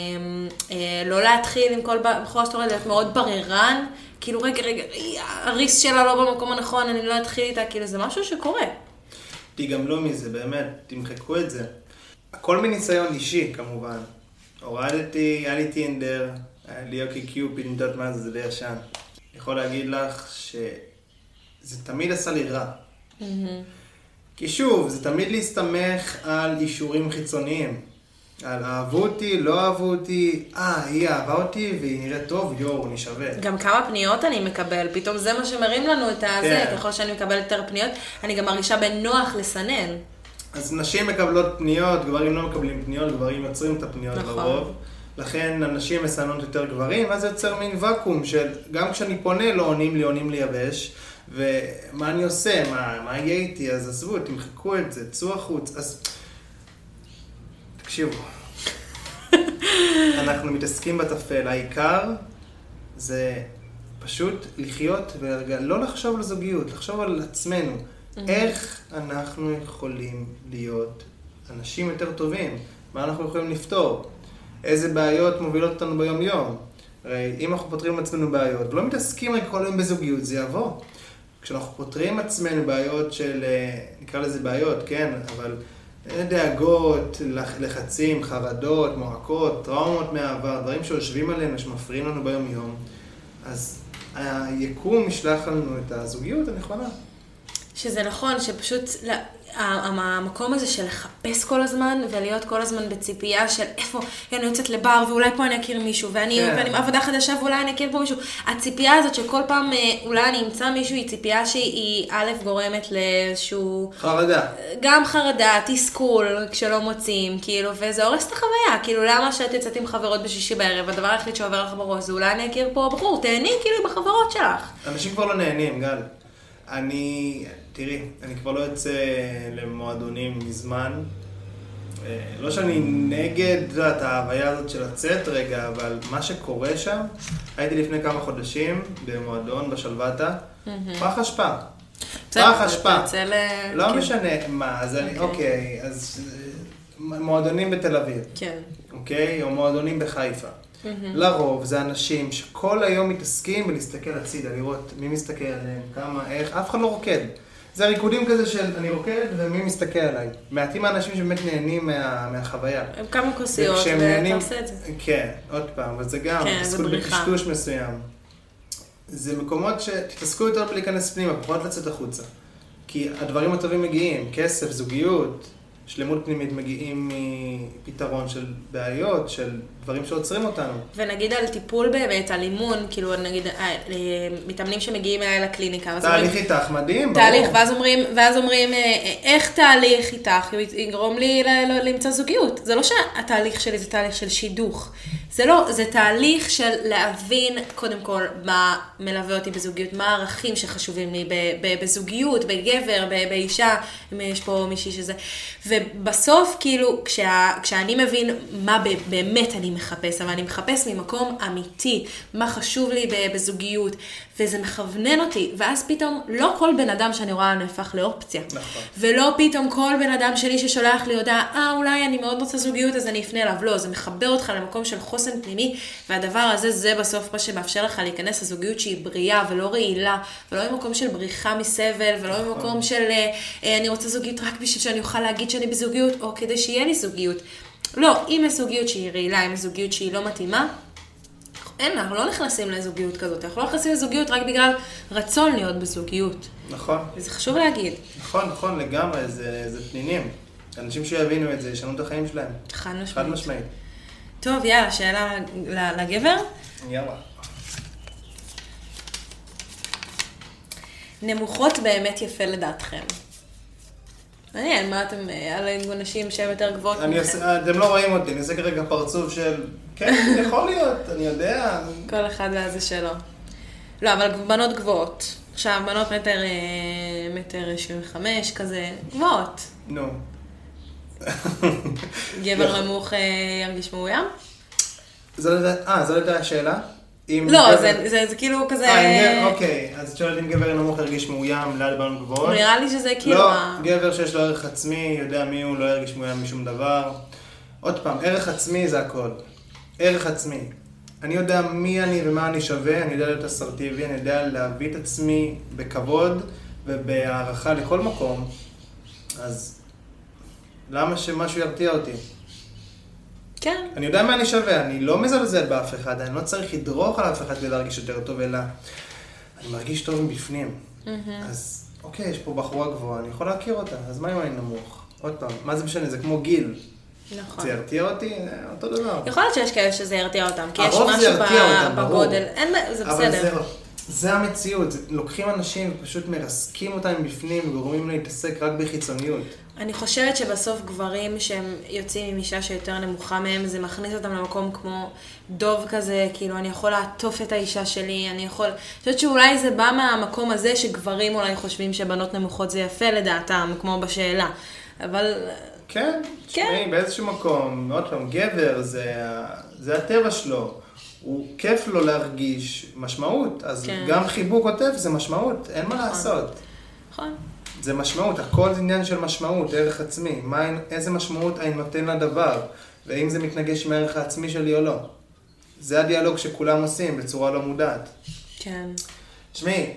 לא להתחיל עם כל בחורה שאתה רואה, להיות מאוד בררן, כאילו רגע, הריס שלה לא במקום הנכון, אני לא אתחיל איתה, כאילו זה משהו שקורה. תיגמלו מזה, באמת, תמחקו את זה. הכל מניסיון אישי, כמובן. הורדתי, היה לי טינדר, היה לי אוקי קיופיד, אני יודעת מה זה, זה די ישן. אני יכול להגיד לך שזה תמיד עשה לי רע. כי שוב, זה תמיד להסתמך על אישורים חיצוניים. על אהבו אותי, לא אהבו אותי, היא אהבה אותי והיא נראית טוב, אני שווה. גם כמה פניות אני מקבל, פתאום זה מה שמרים לנו את הזה, ככל שאני מקבל יותר פניות, אני גם מרגישה בנוח לסנן. אז נשים מקבלות פניות, גברים לא מקבלים פניות, גברים יוצרים את הפניות לרוב. לכן אנשים מסננות יותר גברים, ואז זה יוצר מין וקום של גם כשאני פונה לא עונים לי יבש, ומה אני עושה, מה יהיה איתי, אז עזבו, תמחקו את זה, צאו החוץ, אז תקשיבו, אנחנו מתעסקים בטפל, העיקר זה פשוט לחיות ולא לחשוב על זוגיות, לחשוב על עצמנו, איך אנחנו יכולים להיות אנשים יותר טובים, מה אנחנו יכולים לפתור. איזה בעיות מובילות אותנו ביום יום. הרי אם אנחנו פותרים עצמנו בעיות, ולא מתעסקים רק כל יום בזוגיות, זה יבוא. כשאנחנו פותרים עצמנו בעיות של, נקרא לזה בעיות, כן, אבל דאגות, לחצים, חרדות, מועקות, טראומות מהעבר, דברים שיושבים עלינו, שמפריעים לנו ביום יום, אז היקום משלח לנו את הזוגיות הנכונה. שזה נכון, שפשוט המקום הזה של לחפש כל הזמן, ולהיות כל הזמן בציפייה של איפה, אני יוצאת לבר, ואולי פה אני אכיר מישהו, ואני עבודה חדשה, ואולי אני אכיר פה מישהו. הציפייה הזאת שכל פעם אולי אני אמצא מישהו, היא ציפייה שהיא א' גורמת לאיזשהו... חרדה. גם חרדה, תסכול, כשלא מוצאים, כאילו, וזה הורס את החוויה. כאילו, למה שאת יצאת עם חברות בשישי בערב, הדבר היחיד שעובר לך בראש, זה אולי אני אכיר פה בחור, תהני כאילו עם החברות שלך. אנשים כבר לא נהנים, גל. תראי, אני כבר לא יוצא למועדונים מזמן. לא שאני נגד את ההוויה הזאת של לצאת רגע, אבל מה שקורה שם, הייתי לפני כמה חודשים במועדון בשלוותה, פח אשפה. פח אשפה. לא משנה מה, אז אוקיי, אז מועדונים בתל אביב. כן. אוקיי? או מועדונים בחיפה. לרוב זה אנשים שכל היום מתעסקים ולהסתכל הצידה, לראות מי מסתכל עליהם, כמה, איך, אף אחד לא רוקד. זה הריקודים כזה של אני רוקד ומי מסתכל עליי. מעטים האנשים שבאמת נהנים מהחוויה. הם כמה כוסיות ואתה עושה את זה. כן, עוד פעם, וזה גם, תתעסקו בקשטוש מסוים. זה מקומות שתתעסקו יותר בלהיכנס פנימה, פחות לצאת החוצה. כי הדברים הטובים מגיעים, כסף, זוגיות, שלמות פנימית מגיעים מפתרון של בעיות, של דברים שעוצרים אותנו. ונגיד על טיפול באמת, על אימון, כאילו נגיד, מתאמנים שמגיעים אליי לקליניקה. תהליך איתך, מדהים, ברור. תהליך, ואז אומרים, איך תהליך איתך יגרום לי למצוא זוגיות. זה לא שהתהליך שלי זה תהליך של שידוך. זה לא, זה תהליך של להבין, קודם כל, מה מלווה אותי בזוגיות, מה הערכים שחשובים לי בזוגיות, בגבר, באישה, אם יש פה מישהי שזה. ובסוף, כאילו, כשאני מבין מה באמת אני מחפש, אבל אני מחפש ממקום אמיתי, מה חשוב לי בזוגיות, וזה מכוונן אותי, ואז פתאום לא כל בן אדם שאני רואה נהפך לאופציה. נכון. ולא פתאום כל בן אדם שלי ששולח לי הודעה, אולי אני מאוד רוצה זוגיות, אז אני אפנה אליו. לא, זה מחבר אותך למקום של חוסן פנימי, והדבר הזה, זה בסוף מה שמאפשר לך להיכנס לזוגיות שהיא בריאה ולא רעילה, ולא במקום של בריחה מסבל, ולא במקום של אני רוצה זוגיות רק בשביל שאני אוכל להגיד שאני בזוגיות, או כדי שיהיה לי זוגיות. לא, אם יש זוגיות שהיא רעילה, אם יש זוגיות שהיא לא מתאימה, אנחנו לא נכנסים לזוגיות כזאת, אנחנו לא נכנסים לזוגיות רק בגלל רצון להיות בזוגיות. נכון. וזה חשוב להגיד. נכון, לגמרי, זה פנינים. אנשים שיבינו את זה, ישנו את החיים שלהם. חד משמעית. טוב, יאללה, שאלה לגבר? יאללה. נמוכות באמת יפה לדעתכם. מעניין, מה אתם, על אנשים שהם יותר גבוהות מכם? אתם לא רואים אותי, אני עושה כרגע פרצוף של, כן, יכול להיות, אני יודע. כל אחד והזה שלו. לא, אבל בנות גבוהות. עכשיו, בנות מטר 75, כזה, גבוהות. נו. גבר נמוך ירגיש מאוים? זו הייתה השאלה? לא, זה כאילו כזה... אוקיי, אז את שואלת אם גבר נמוך ירגיש מאוים ליד בנות גבוהות? נראה לי שזה כאילו... לא, גבר שיש לו ערך עצמי, יודע מי הוא, לא ירגיש מאוים משום דבר. עוד פעם, ערך עצמי זה הכל. ערך עצמי. אני יודע מי אני ומה אני שווה, אני יודע להיות אסרטיבי, אני יודע להביא את עצמי בכבוד ובהערכה לכל מקום. אז למה שמשהו ירתיע אותי? כן. אני יודע מה אני שווה, אני לא מזלזל באף אחד, אני לא צריך לדרוך על אף אחד כדי להרגיש יותר טוב, אלא אני מרגיש טוב מבפנים. אז אוקיי, יש פה בחורה גבוהה, אני יכול להכיר אותה, אז מה אם אני נמוך? עוד פעם, מה זה משנה? זה כמו גיל. נכון. זה ירתיע אותי? אותו דבר. יכול להיות שיש כאלה שזה ירתיע אותם, כי יש משהו בגודל. זה בסדר. אבל זה המציאות, לוקחים אנשים ופשוט מרסקים אותם מבפנים וגורמים להתעסק רק בחיצוניות. אני חושבת שבסוף גברים שהם יוצאים עם אישה שיותר נמוכה מהם, זה מכניס אותם למקום כמו דוב כזה, כאילו אני יכול לעטוף את האישה שלי, אני חושבת שאולי זה בא מהמקום הזה שגברים אולי חושבים שבנות נמוכות זה יפה לדעתם, כמו בשאלה, אבל... כן, תשמעי, באיזשהו מקום, מאוד פעם, גבר זה הטבע שלו. הוא כיף לו להרגיש משמעות, אז גם חיבוק עוטף זה משמעות, אין מה לעשות. נכון. זה משמעות, הכל זה עניין של משמעות, ערך עצמי. איזה משמעות אני נותן לדבר, ואם זה מתנגש עם הערך העצמי שלי או לא. זה הדיאלוג שכולם עושים בצורה לא מודעת. כן. תשמעי,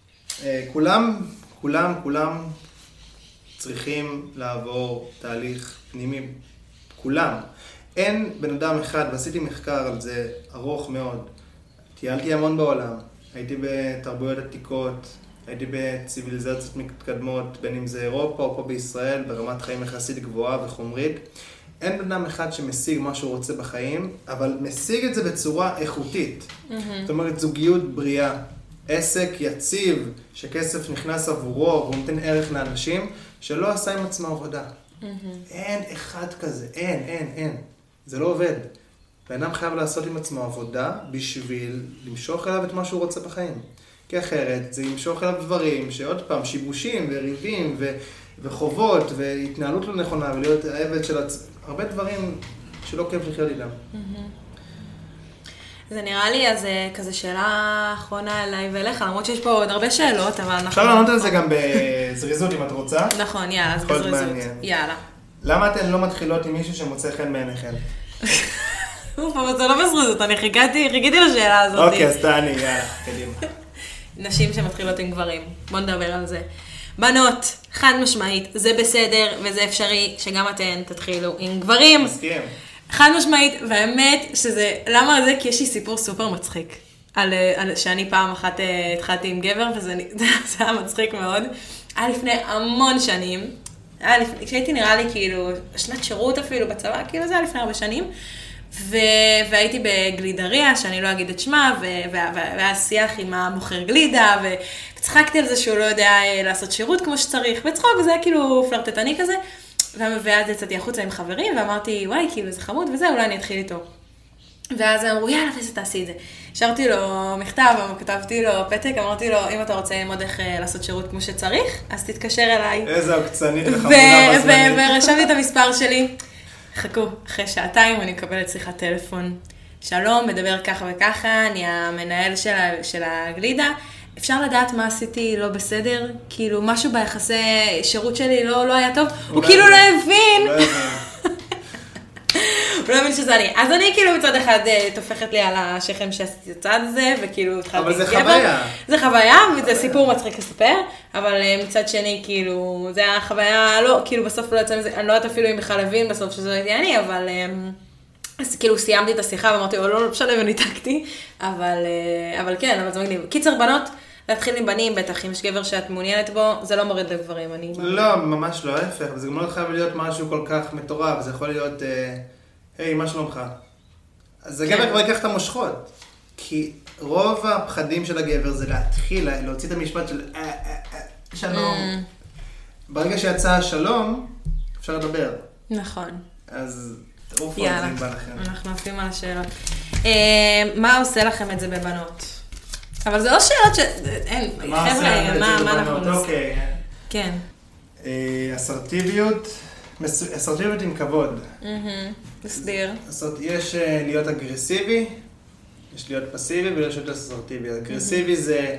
כולם צריכים לעבור תהליך פנימי, כולם. אין בן אדם אחד, ועשיתי מחקר על זה ארוך מאוד. טיילתי המון בעולם, הייתי בתרבויות עתיקות, הייתי בציביליזציות מתקדמות, בין אם זה אירופה או פה בישראל, ברמת חיים יחסית גבוהה וחומרית. אין בן אדם אחד שמשיג מה שהוא רוצה בחיים, אבל משיג את זה בצורה איכותית. זאת אומרת, זוגיות בריאה, עסק יציב, שכסף נכנס עבורו, והוא נותן ערך לאנשים, שלא עשה עם עצמו עבודה. אין אחד כזה, אין. זה לא עובד. בן אדם חייב לעשות עם עצמו עבודה בשביל למשוך אליו את מה שהוא רוצה בחיים. כי אחרת זה ימשוך אליו דברים שעוד פעם שיבושים וריבים וחובות והתנהלות לא נכונה ולהיות העבד של הרבה דברים שלא כיף לחיות איתם. זה נראה לי אז כזה שאלה אחרונה אליי ואליך, למרות שיש פה עוד הרבה שאלות, אבל אנחנו... אפשר לענות על זה גם בזריזות אם את רוצה. נכון, יאללה, אז בזריזות. יאללה. למה אתן לא מתחילות עם מישהו שמוצא חן בעיניכן? אבל זה לא בזריזות, אני חיכיתי לשאלה הזאת. אוקיי, אז תעני, יאללה, קדימה. נשים שמתחילות עם גברים, בוא נדבר על זה. בנות, חד משמעית, זה בסדר וזה אפשרי שגם אתן תתחילו עם גברים. מסכים. חד משמעית, והאמת שזה, למה זה? כי יש לי סיפור סופר מצחיק. שאני פעם אחת התחלתי עם גבר, וזה היה מצחיק מאוד. היה לפני המון שנים, כשהייתי נראה לי כאילו, שנת שירות אפילו בצבא, כאילו זה היה לפני הרבה שנים, והייתי בגלידריה, שאני לא אגיד את שמה, והיה שיח עם המוכר גלידה, וצחקתי על זה שהוא לא יודע לעשות שירות כמו שצריך, וצחוק, וזה היה כאילו פלרטטני כזה, ואז יצאתי החוצה עם חברים, ואמרתי, וואי, כאילו זה חמוד וזה, אולי אני אתחיל איתו. ואז אמרו, יאללה, וזה תעשי את זה. השארתי לו מכתב, כתבתי לו פתק, אמרתי לו, אם אתה רוצה ללמוד איך לעשות שירות כמו שצריך, אז תתקשר אליי. איזה עוקצנית וחמודה בזמנית. ורשמתי את המספר שלי. חכו, אחרי שעתיים אני מקבלת שיחת טלפון. שלום, מדבר ככה וככה, אני המנהל של הגלידה. אפשר לדעת מה עשיתי לא בסדר? כאילו, משהו ביחסי שירות שלי לא היה טוב? הוא כאילו לא הבין. הוא לא הבין שזה אני. אז אני כאילו מצד אחד תופכת לי על השכם שעשיתי את הצד הזה, וכאילו התחלתי אבל זה חוויה. זה חוויה, וזה סיפור מצחיק לספר, אבל מצד שני, כאילו, זה היה חוויה, לא, כאילו בסוף לא יצא מזה, אני לא יודעת אפילו אם בכלל הבין בסוף שזו הייתי אני, אבל... אז כאילו סיימתי את השיחה ואמרתי, לא משנה וניתקתי, אבל כן, אבל זה מגניב. קיצר בנות, להתחיל עם בנים, בטח אם יש גבר שאת מעוניינת בו, זה לא מוריד לגברים, אני... לא, ממש לא, ההפך, זה גם לא חייב להיות משהו כל כך מטורף, זה יכול להיות, היי, מה שלומך? אז הגבר כבר ייקח את המושכות, כי רוב הפחדים של הגבר זה להתחיל, להוציא את המשפט של שלום. ברגע שיצא שלום, אפשר לדבר. נכון. אז תעופו על זה אם בא לכם. אנחנו עפים על השאלות. מה עושה לכם את זה בבנות? אבל זה לא שאלות ש... אין, חבר'ה, מה אנחנו עושים? אוקיי. כן. אסרטיביות עם כבוד. תסביר. יש להיות אגרסיבי, יש להיות פסיבי ויש להיות אסרטיבי. אגרסיבי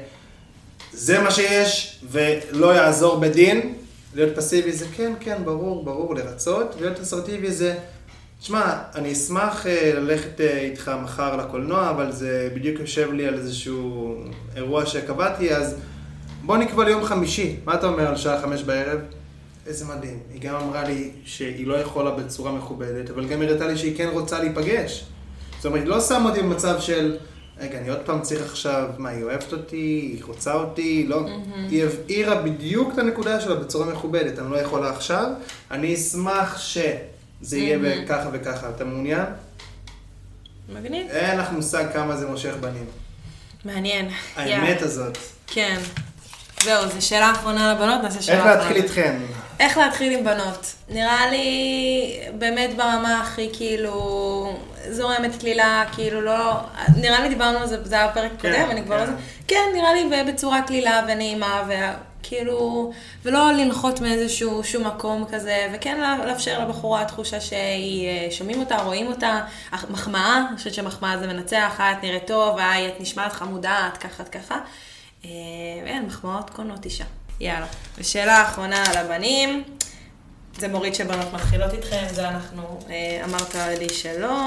זה מה שיש ולא יעזור בדין. להיות פסיבי זה כן, ברור, לרצות. להיות אסרטיבי זה... תשמע, אני אשמח ללכת איתך מחר לקולנוע, אבל זה בדיוק יושב לי על איזשהו אירוע שקבעתי, אז בוא נקבע ליום חמישי. מה אתה אומר על שעה 5 בערב? איזה מדהים. היא גם אמרה לי שהיא לא יכולה בצורה מכובדת, אבל גם הראתה לי שהיא כן רוצה להיפגש. זאת אומרת, לא שם אותי במצב של, רגע, אני עוד פעם צריך עכשיו, מה, היא אוהבת אותי, היא רוצה אותי, לא. היא הבהירה בדיוק את הנקודה שלה בצורה מכובדת, אני לא יכולה עכשיו, אני אשמח זה יהיה בככה וככה. אתה מעוניין? מגניב. אין לך מושג כמה זה מושך בנים. מעניין. האמת הזאת. כן. זהו, זו שאלה אחרונה לבנות, נעשה שאלה איך אחרונה. להתחיל איתכן? איך להתחיל עם בנות? נראה לי באמת ברמה הכי כאילו זורמת כלילה, כאילו לא... נראה לי דיברנו על זה, זה היה פרק קודם, אני כבר לא זה. כן, נראה לי בצורה כלילה ונעימה, כאילו, ולא לנחות מאיזשהו שום מקום כזה, וכן לאפשר לבחורה תחושה שהיא שומעים אותה, רואים אותה, מחמאה, אני חושבת שמחמאה זה מנצח, את נראית טוב, את נשמעת חמודה, את ככה. ואין, מחמאות קונות אישה. יאללה. ושאלה האחרונה על הבנים, זה מוריד שבנות מתחילות איתכם, זה אנחנו, אמרת לי שלא.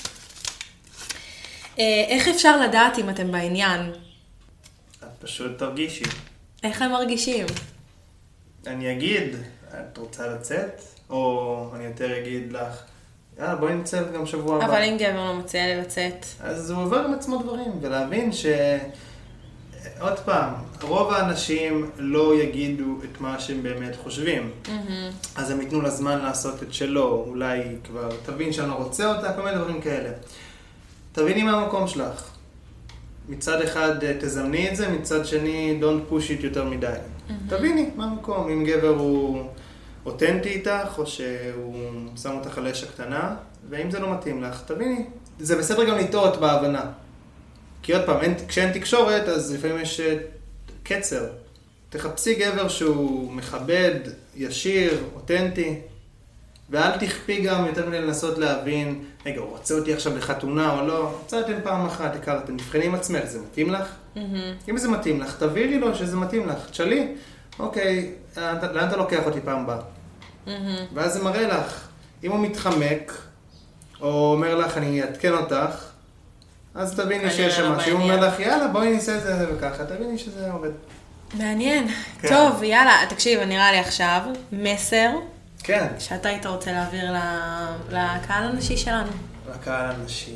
איך אפשר לדעת אם אתם בעניין? את פשוט תרגישי. איך הם מרגישים? אני אגיד, את רוצה לצאת? או אני יותר אגיד לך, בואי נצא גם שבוע הבא. אבל אם גבר לא מציע לי לצאת. אז הוא עובר עם עצמו דברים, ולהבין ש... עוד פעם, רוב האנשים לא יגידו את מה שהם באמת חושבים. אז הם ייתנו לה זמן לעשות את שלו, אולי כבר תבין שאני לא רוצה אותה, כל מיני דברים כאלה. תביני מה המקום שלך. מצד אחד תזמני את זה, מצד שני don't push it יותר מדי. תביני מה המקום, אם גבר הוא אותנטי איתך, או שהוא שם אותך על אש הקטנה, ואם זה לא מתאים לך, תביני. זה בסדר גם לטעות בהבנה. כי עוד פעם, כשאין תקשורת, אז לפעמים יש קצר. תחפשי גבר שהוא מכבד, ישיר, אותנטי, ואל תכפי גם יותר מדי לנסות להבין, רגע, הוא רוצה אותי עכשיו לחתונה או לא? יצאתם פעם אחת, הכרתם, נבחני עם עצמך, זה מתאים לך? אם זה מתאים לך, תביאי לו שזה מתאים לך. תשאלי, אוקיי, לאן אתה לוקח אותי פעם הבאה? ואז זה מראה לך, אם הוא מתחמק, או אומר לך, אני אתקן אותך, אז תביני שיש שם משהו, הוא אומר לך, יאללה, בואי ניסה את זה וככה, תביני שזה עובד. מעניין. טוב, יאללה, תקשיב, נראה לי עכשיו מסר. כן. שאתה היית רוצה להעביר לקהל הנשי שלנו. לקהל הנשי.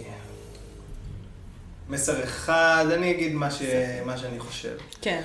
מסר אחד, אני אגיד מה שאני חושב. כן.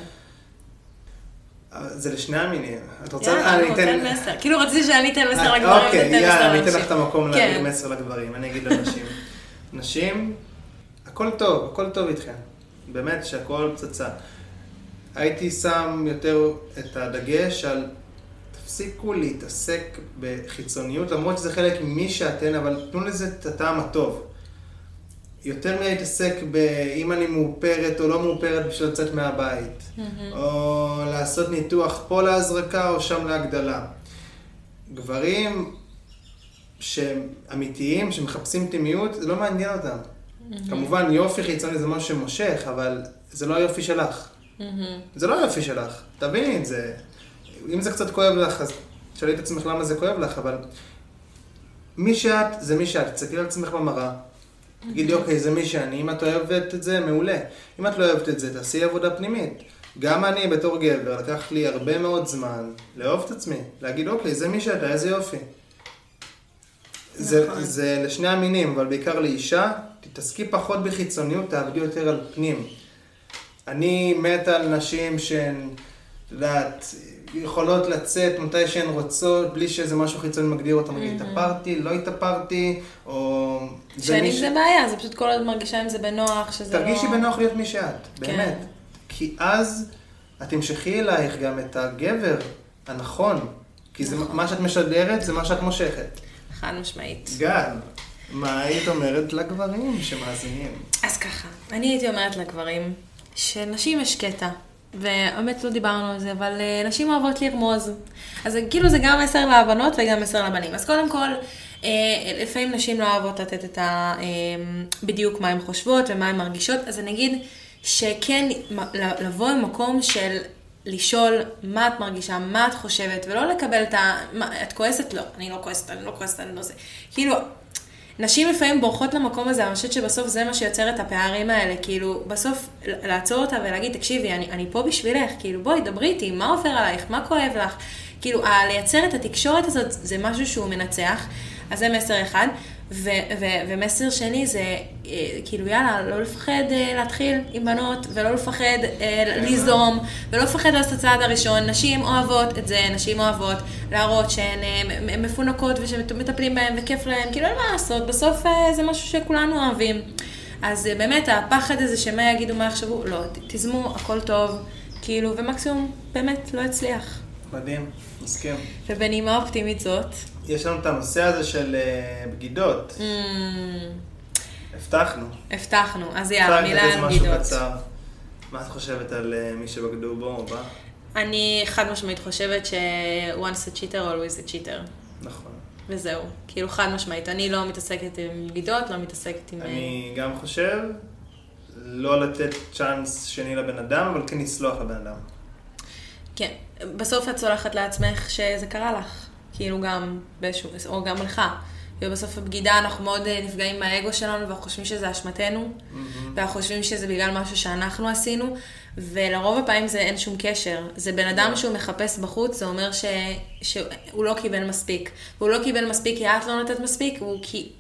זה לשני המינים. את רוצה? יאללה, תן מסר. כאילו רציתי שאני אתן מסר לגברים, אוקיי, יאללה, אני אתן לך את המקום להעביר כן. מסר לגברים. אני אגיד לנשים. נשים, הכל טוב איתכם. באמת שהכל פצצה. הייתי שם יותר את הדגש על תפסיקו להתעסק בחיצוניות, למרות שזה חלק ממי שאתן, אבל תנו לזה את הטעם הטוב. יותר להתעסק באם אני מאופרת או לא מאופרת בשביל לצאת מהבית. או לעשות ניתוח פה להזרקה או שם להגדלה. גברים שהם אמיתיים, שמחפשים תימיות, זה לא מעניין אותם. כמובן יופי חיצוני זה משהו שמושך, אבל זה לא היופי שלך. זה לא היופי שלך, תביני את זה. אם זה קצת כואב לך, אז תשאלי את עצמך למה זה כואב לך, אבל מי שאת זה מי שאת, תסתכלי על עצמך במראה. תגידי, אוקיי, זה מי שאני, אם את אוהבת את זה, מעולה. אם את לא אוהבת את זה, תעשי עבודה פנימית. גם אני בתור גבר, לקח לי הרבה מאוד זמן לאהוב את עצמי, להגיד, אוקיי, זה מי שאתה, איזה יופי. זה לשני המינים, אבל בעיקר לאישה, תתעסקי פחות בחיצוניות, תעבדי יותר על פנים. אני מת על נשים שהן, את יודעת, יכולות לצאת מתי שהן רוצות, בלי שזה משהו חיצוני מגדיר אותם, נגיד, התאפרתי, לא התאפרתי, או... שאני זה בעיה, זה פשוט כל עוד מרגישה אם זה בנוח, שזה לא... תרגישי בנוח להיות מי שאת, באמת. כי אז את תמשכי אלייך גם את הגבר הנכון, כי זה מה שאת משדרת, זה מה שאת מושכת. חד משמעית. גם, מה היית אומרת לגברים שמאזינים? אז ככה, אני הייתי אומרת לגברים שנשים יש קטע. והאמת לא דיברנו על זה, אבל נשים אוהבות לרמוז. אז כאילו זה גם מסר לבנות וגם מסר לבנים. אז קודם כל, לפעמים נשים לא אוהבות לתת את בדיוק מה הן חושבות ומה הן מרגישות. אז אני אגיד שכן לבוא במקום של לשאול מה את מרגישה, מה את חושבת, ולא לקבל את כועסת? לא, אני לא כועסת, אני לא זה. כאילו... נשים לפעמים בורחות למקום הזה, אני חושבת שבסוף זה מה שיוצר את הפערים האלה, כאילו בסוף לעצור אותה ולהגיד, תקשיבי, אני פה בשבילך, כאילו בואי, דברי איתי, מה עובר עלייך, מה כואב לך, כאילו לייצר את התקשורת הזאת זה משהו שהוא מנצח, אז זה מסר אחד, ומסר שני זה, כאילו יאללה, לא לפחד להתחיל עם בנות, ולא לפחד ליזום, ולא לפחד לעשות הצעד הראשון. נשים אוהבות את זה, נשים אוהבות להראות שהן מפונקות ושמטפלים בהן וכיף להן, כאילו אין מה לעשות, בסוף זה משהו שכולנו אוהבים. אז באמת הפחד הזה שמה יגידו, מה יחשבו, לא, תזמו, הכל טוב, כאילו, ומקסימום באמת לא יצליח. מדהים, מסכים. ובנימה אופטימית זאת, יש לנו את הנושא הזה של בגידות. הבטחנו. אז יאללה, מילה על בגידות. מה את חושבת על מי שבגדו בו או בה? אני חד משמעית חושבת ש-once a cheater, always a cheater. נכון. וזהו, כאילו חד משמעית. אני לא מתעסקת עם בגידות, לא מתעסקת עם... אני גם חושב לא לתת צ'אנס שני לבן אדם, אבל כן לסלוח לבן אדם. כן, בסוף את סולחת לעצמך שזה קרה לך. כאילו גם באיזשהו, או גם לך. ובסוף הבגידה אנחנו מאוד נפגעים מהאגו שלנו, ואנחנו חושבים שזה אשמתנו, ואנחנו חושבים שזה בגלל משהו שאנחנו עשינו, ולרוב הפעמים זה אין שום קשר. זה בן אדם שהוא מחפש בחוץ, זה אומר שהוא לא קיבל מספיק. והוא לא קיבל מספיק כי את לא נתת מספיק,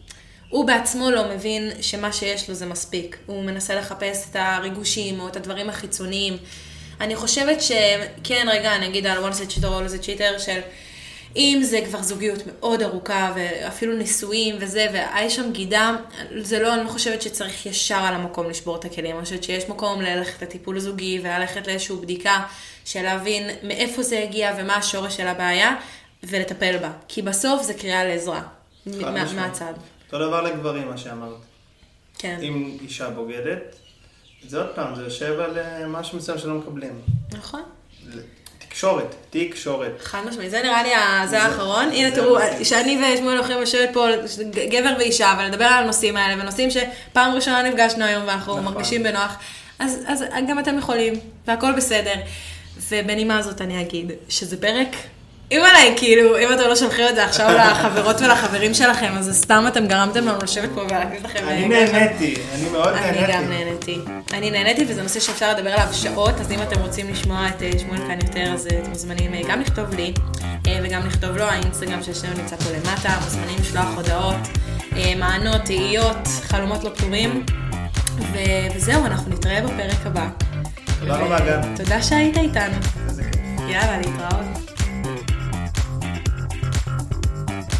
הוא בעצמו לא מבין שמה שיש לו זה מספיק. הוא מנסה לחפש את הריגושים או את הדברים החיצוניים. אני חושבת שכן, רגע, אני אגיד על one set cheater או all set cheater של אם זה כבר זוגיות מאוד ארוכה ואפילו נישואים וזה, ויש שם גידה, זה לא, אני לא חושבת שצריך ישר על המקום לשבור את הכלים. אני חושבת שיש מקום ללכת לטיפול זוגי וללכת לאיזושהי בדיקה של להבין מאיפה זה הגיע ומה השורש של הבעיה ולטפל בה. כי בסוף זה קריאה לעזרה מהצד. אותו דבר לגברים, מה שאמרת. כן. אם אישה בוגדת, זה עוד פעם, זה יושב על משהו מסוים שלא מקבלים. נכון. תקשורת. חד משמעית, זה נראה לי זה האחרון. הנה תראו, שאני ושמואל הולכים לשבת פה, גבר ואישה, ולדבר על הנושאים האלה, ונושאים שפעם ראשונה נפגשנו היום, ואנחנו מרגישים בנוח, אז גם אתם יכולים, והכל בסדר. ובנימה הזאת אני אגיד, שזה פרק, אם עליי, כאילו, אם אתם לא שולחים את זה עכשיו לחברות ולחברים שלכם, אז סתם אתם גרמתם לנו לשבת פה ולהקליט לכם. אני נהניתי, אני מאוד נהניתי. אני גם נהניתי. אני נהניתי, וזה נושא שאפשר לדבר עליו שעות, אז אם אתם רוצים לשמוע את שמואל כאן יותר, אז אתם מוזמנים גם לכתוב לי, וגם לכתוב לו, האינסטגרם שלנו נמצא פה למטה, מוזמנים לשלוח הודעות, מענות, תהיות, חלומות לא פתורים, וזהו, אנחנו נתראה בפרק הבא. תודה רבה גם. תודה שהיית איתנו. יאללה, להתראות.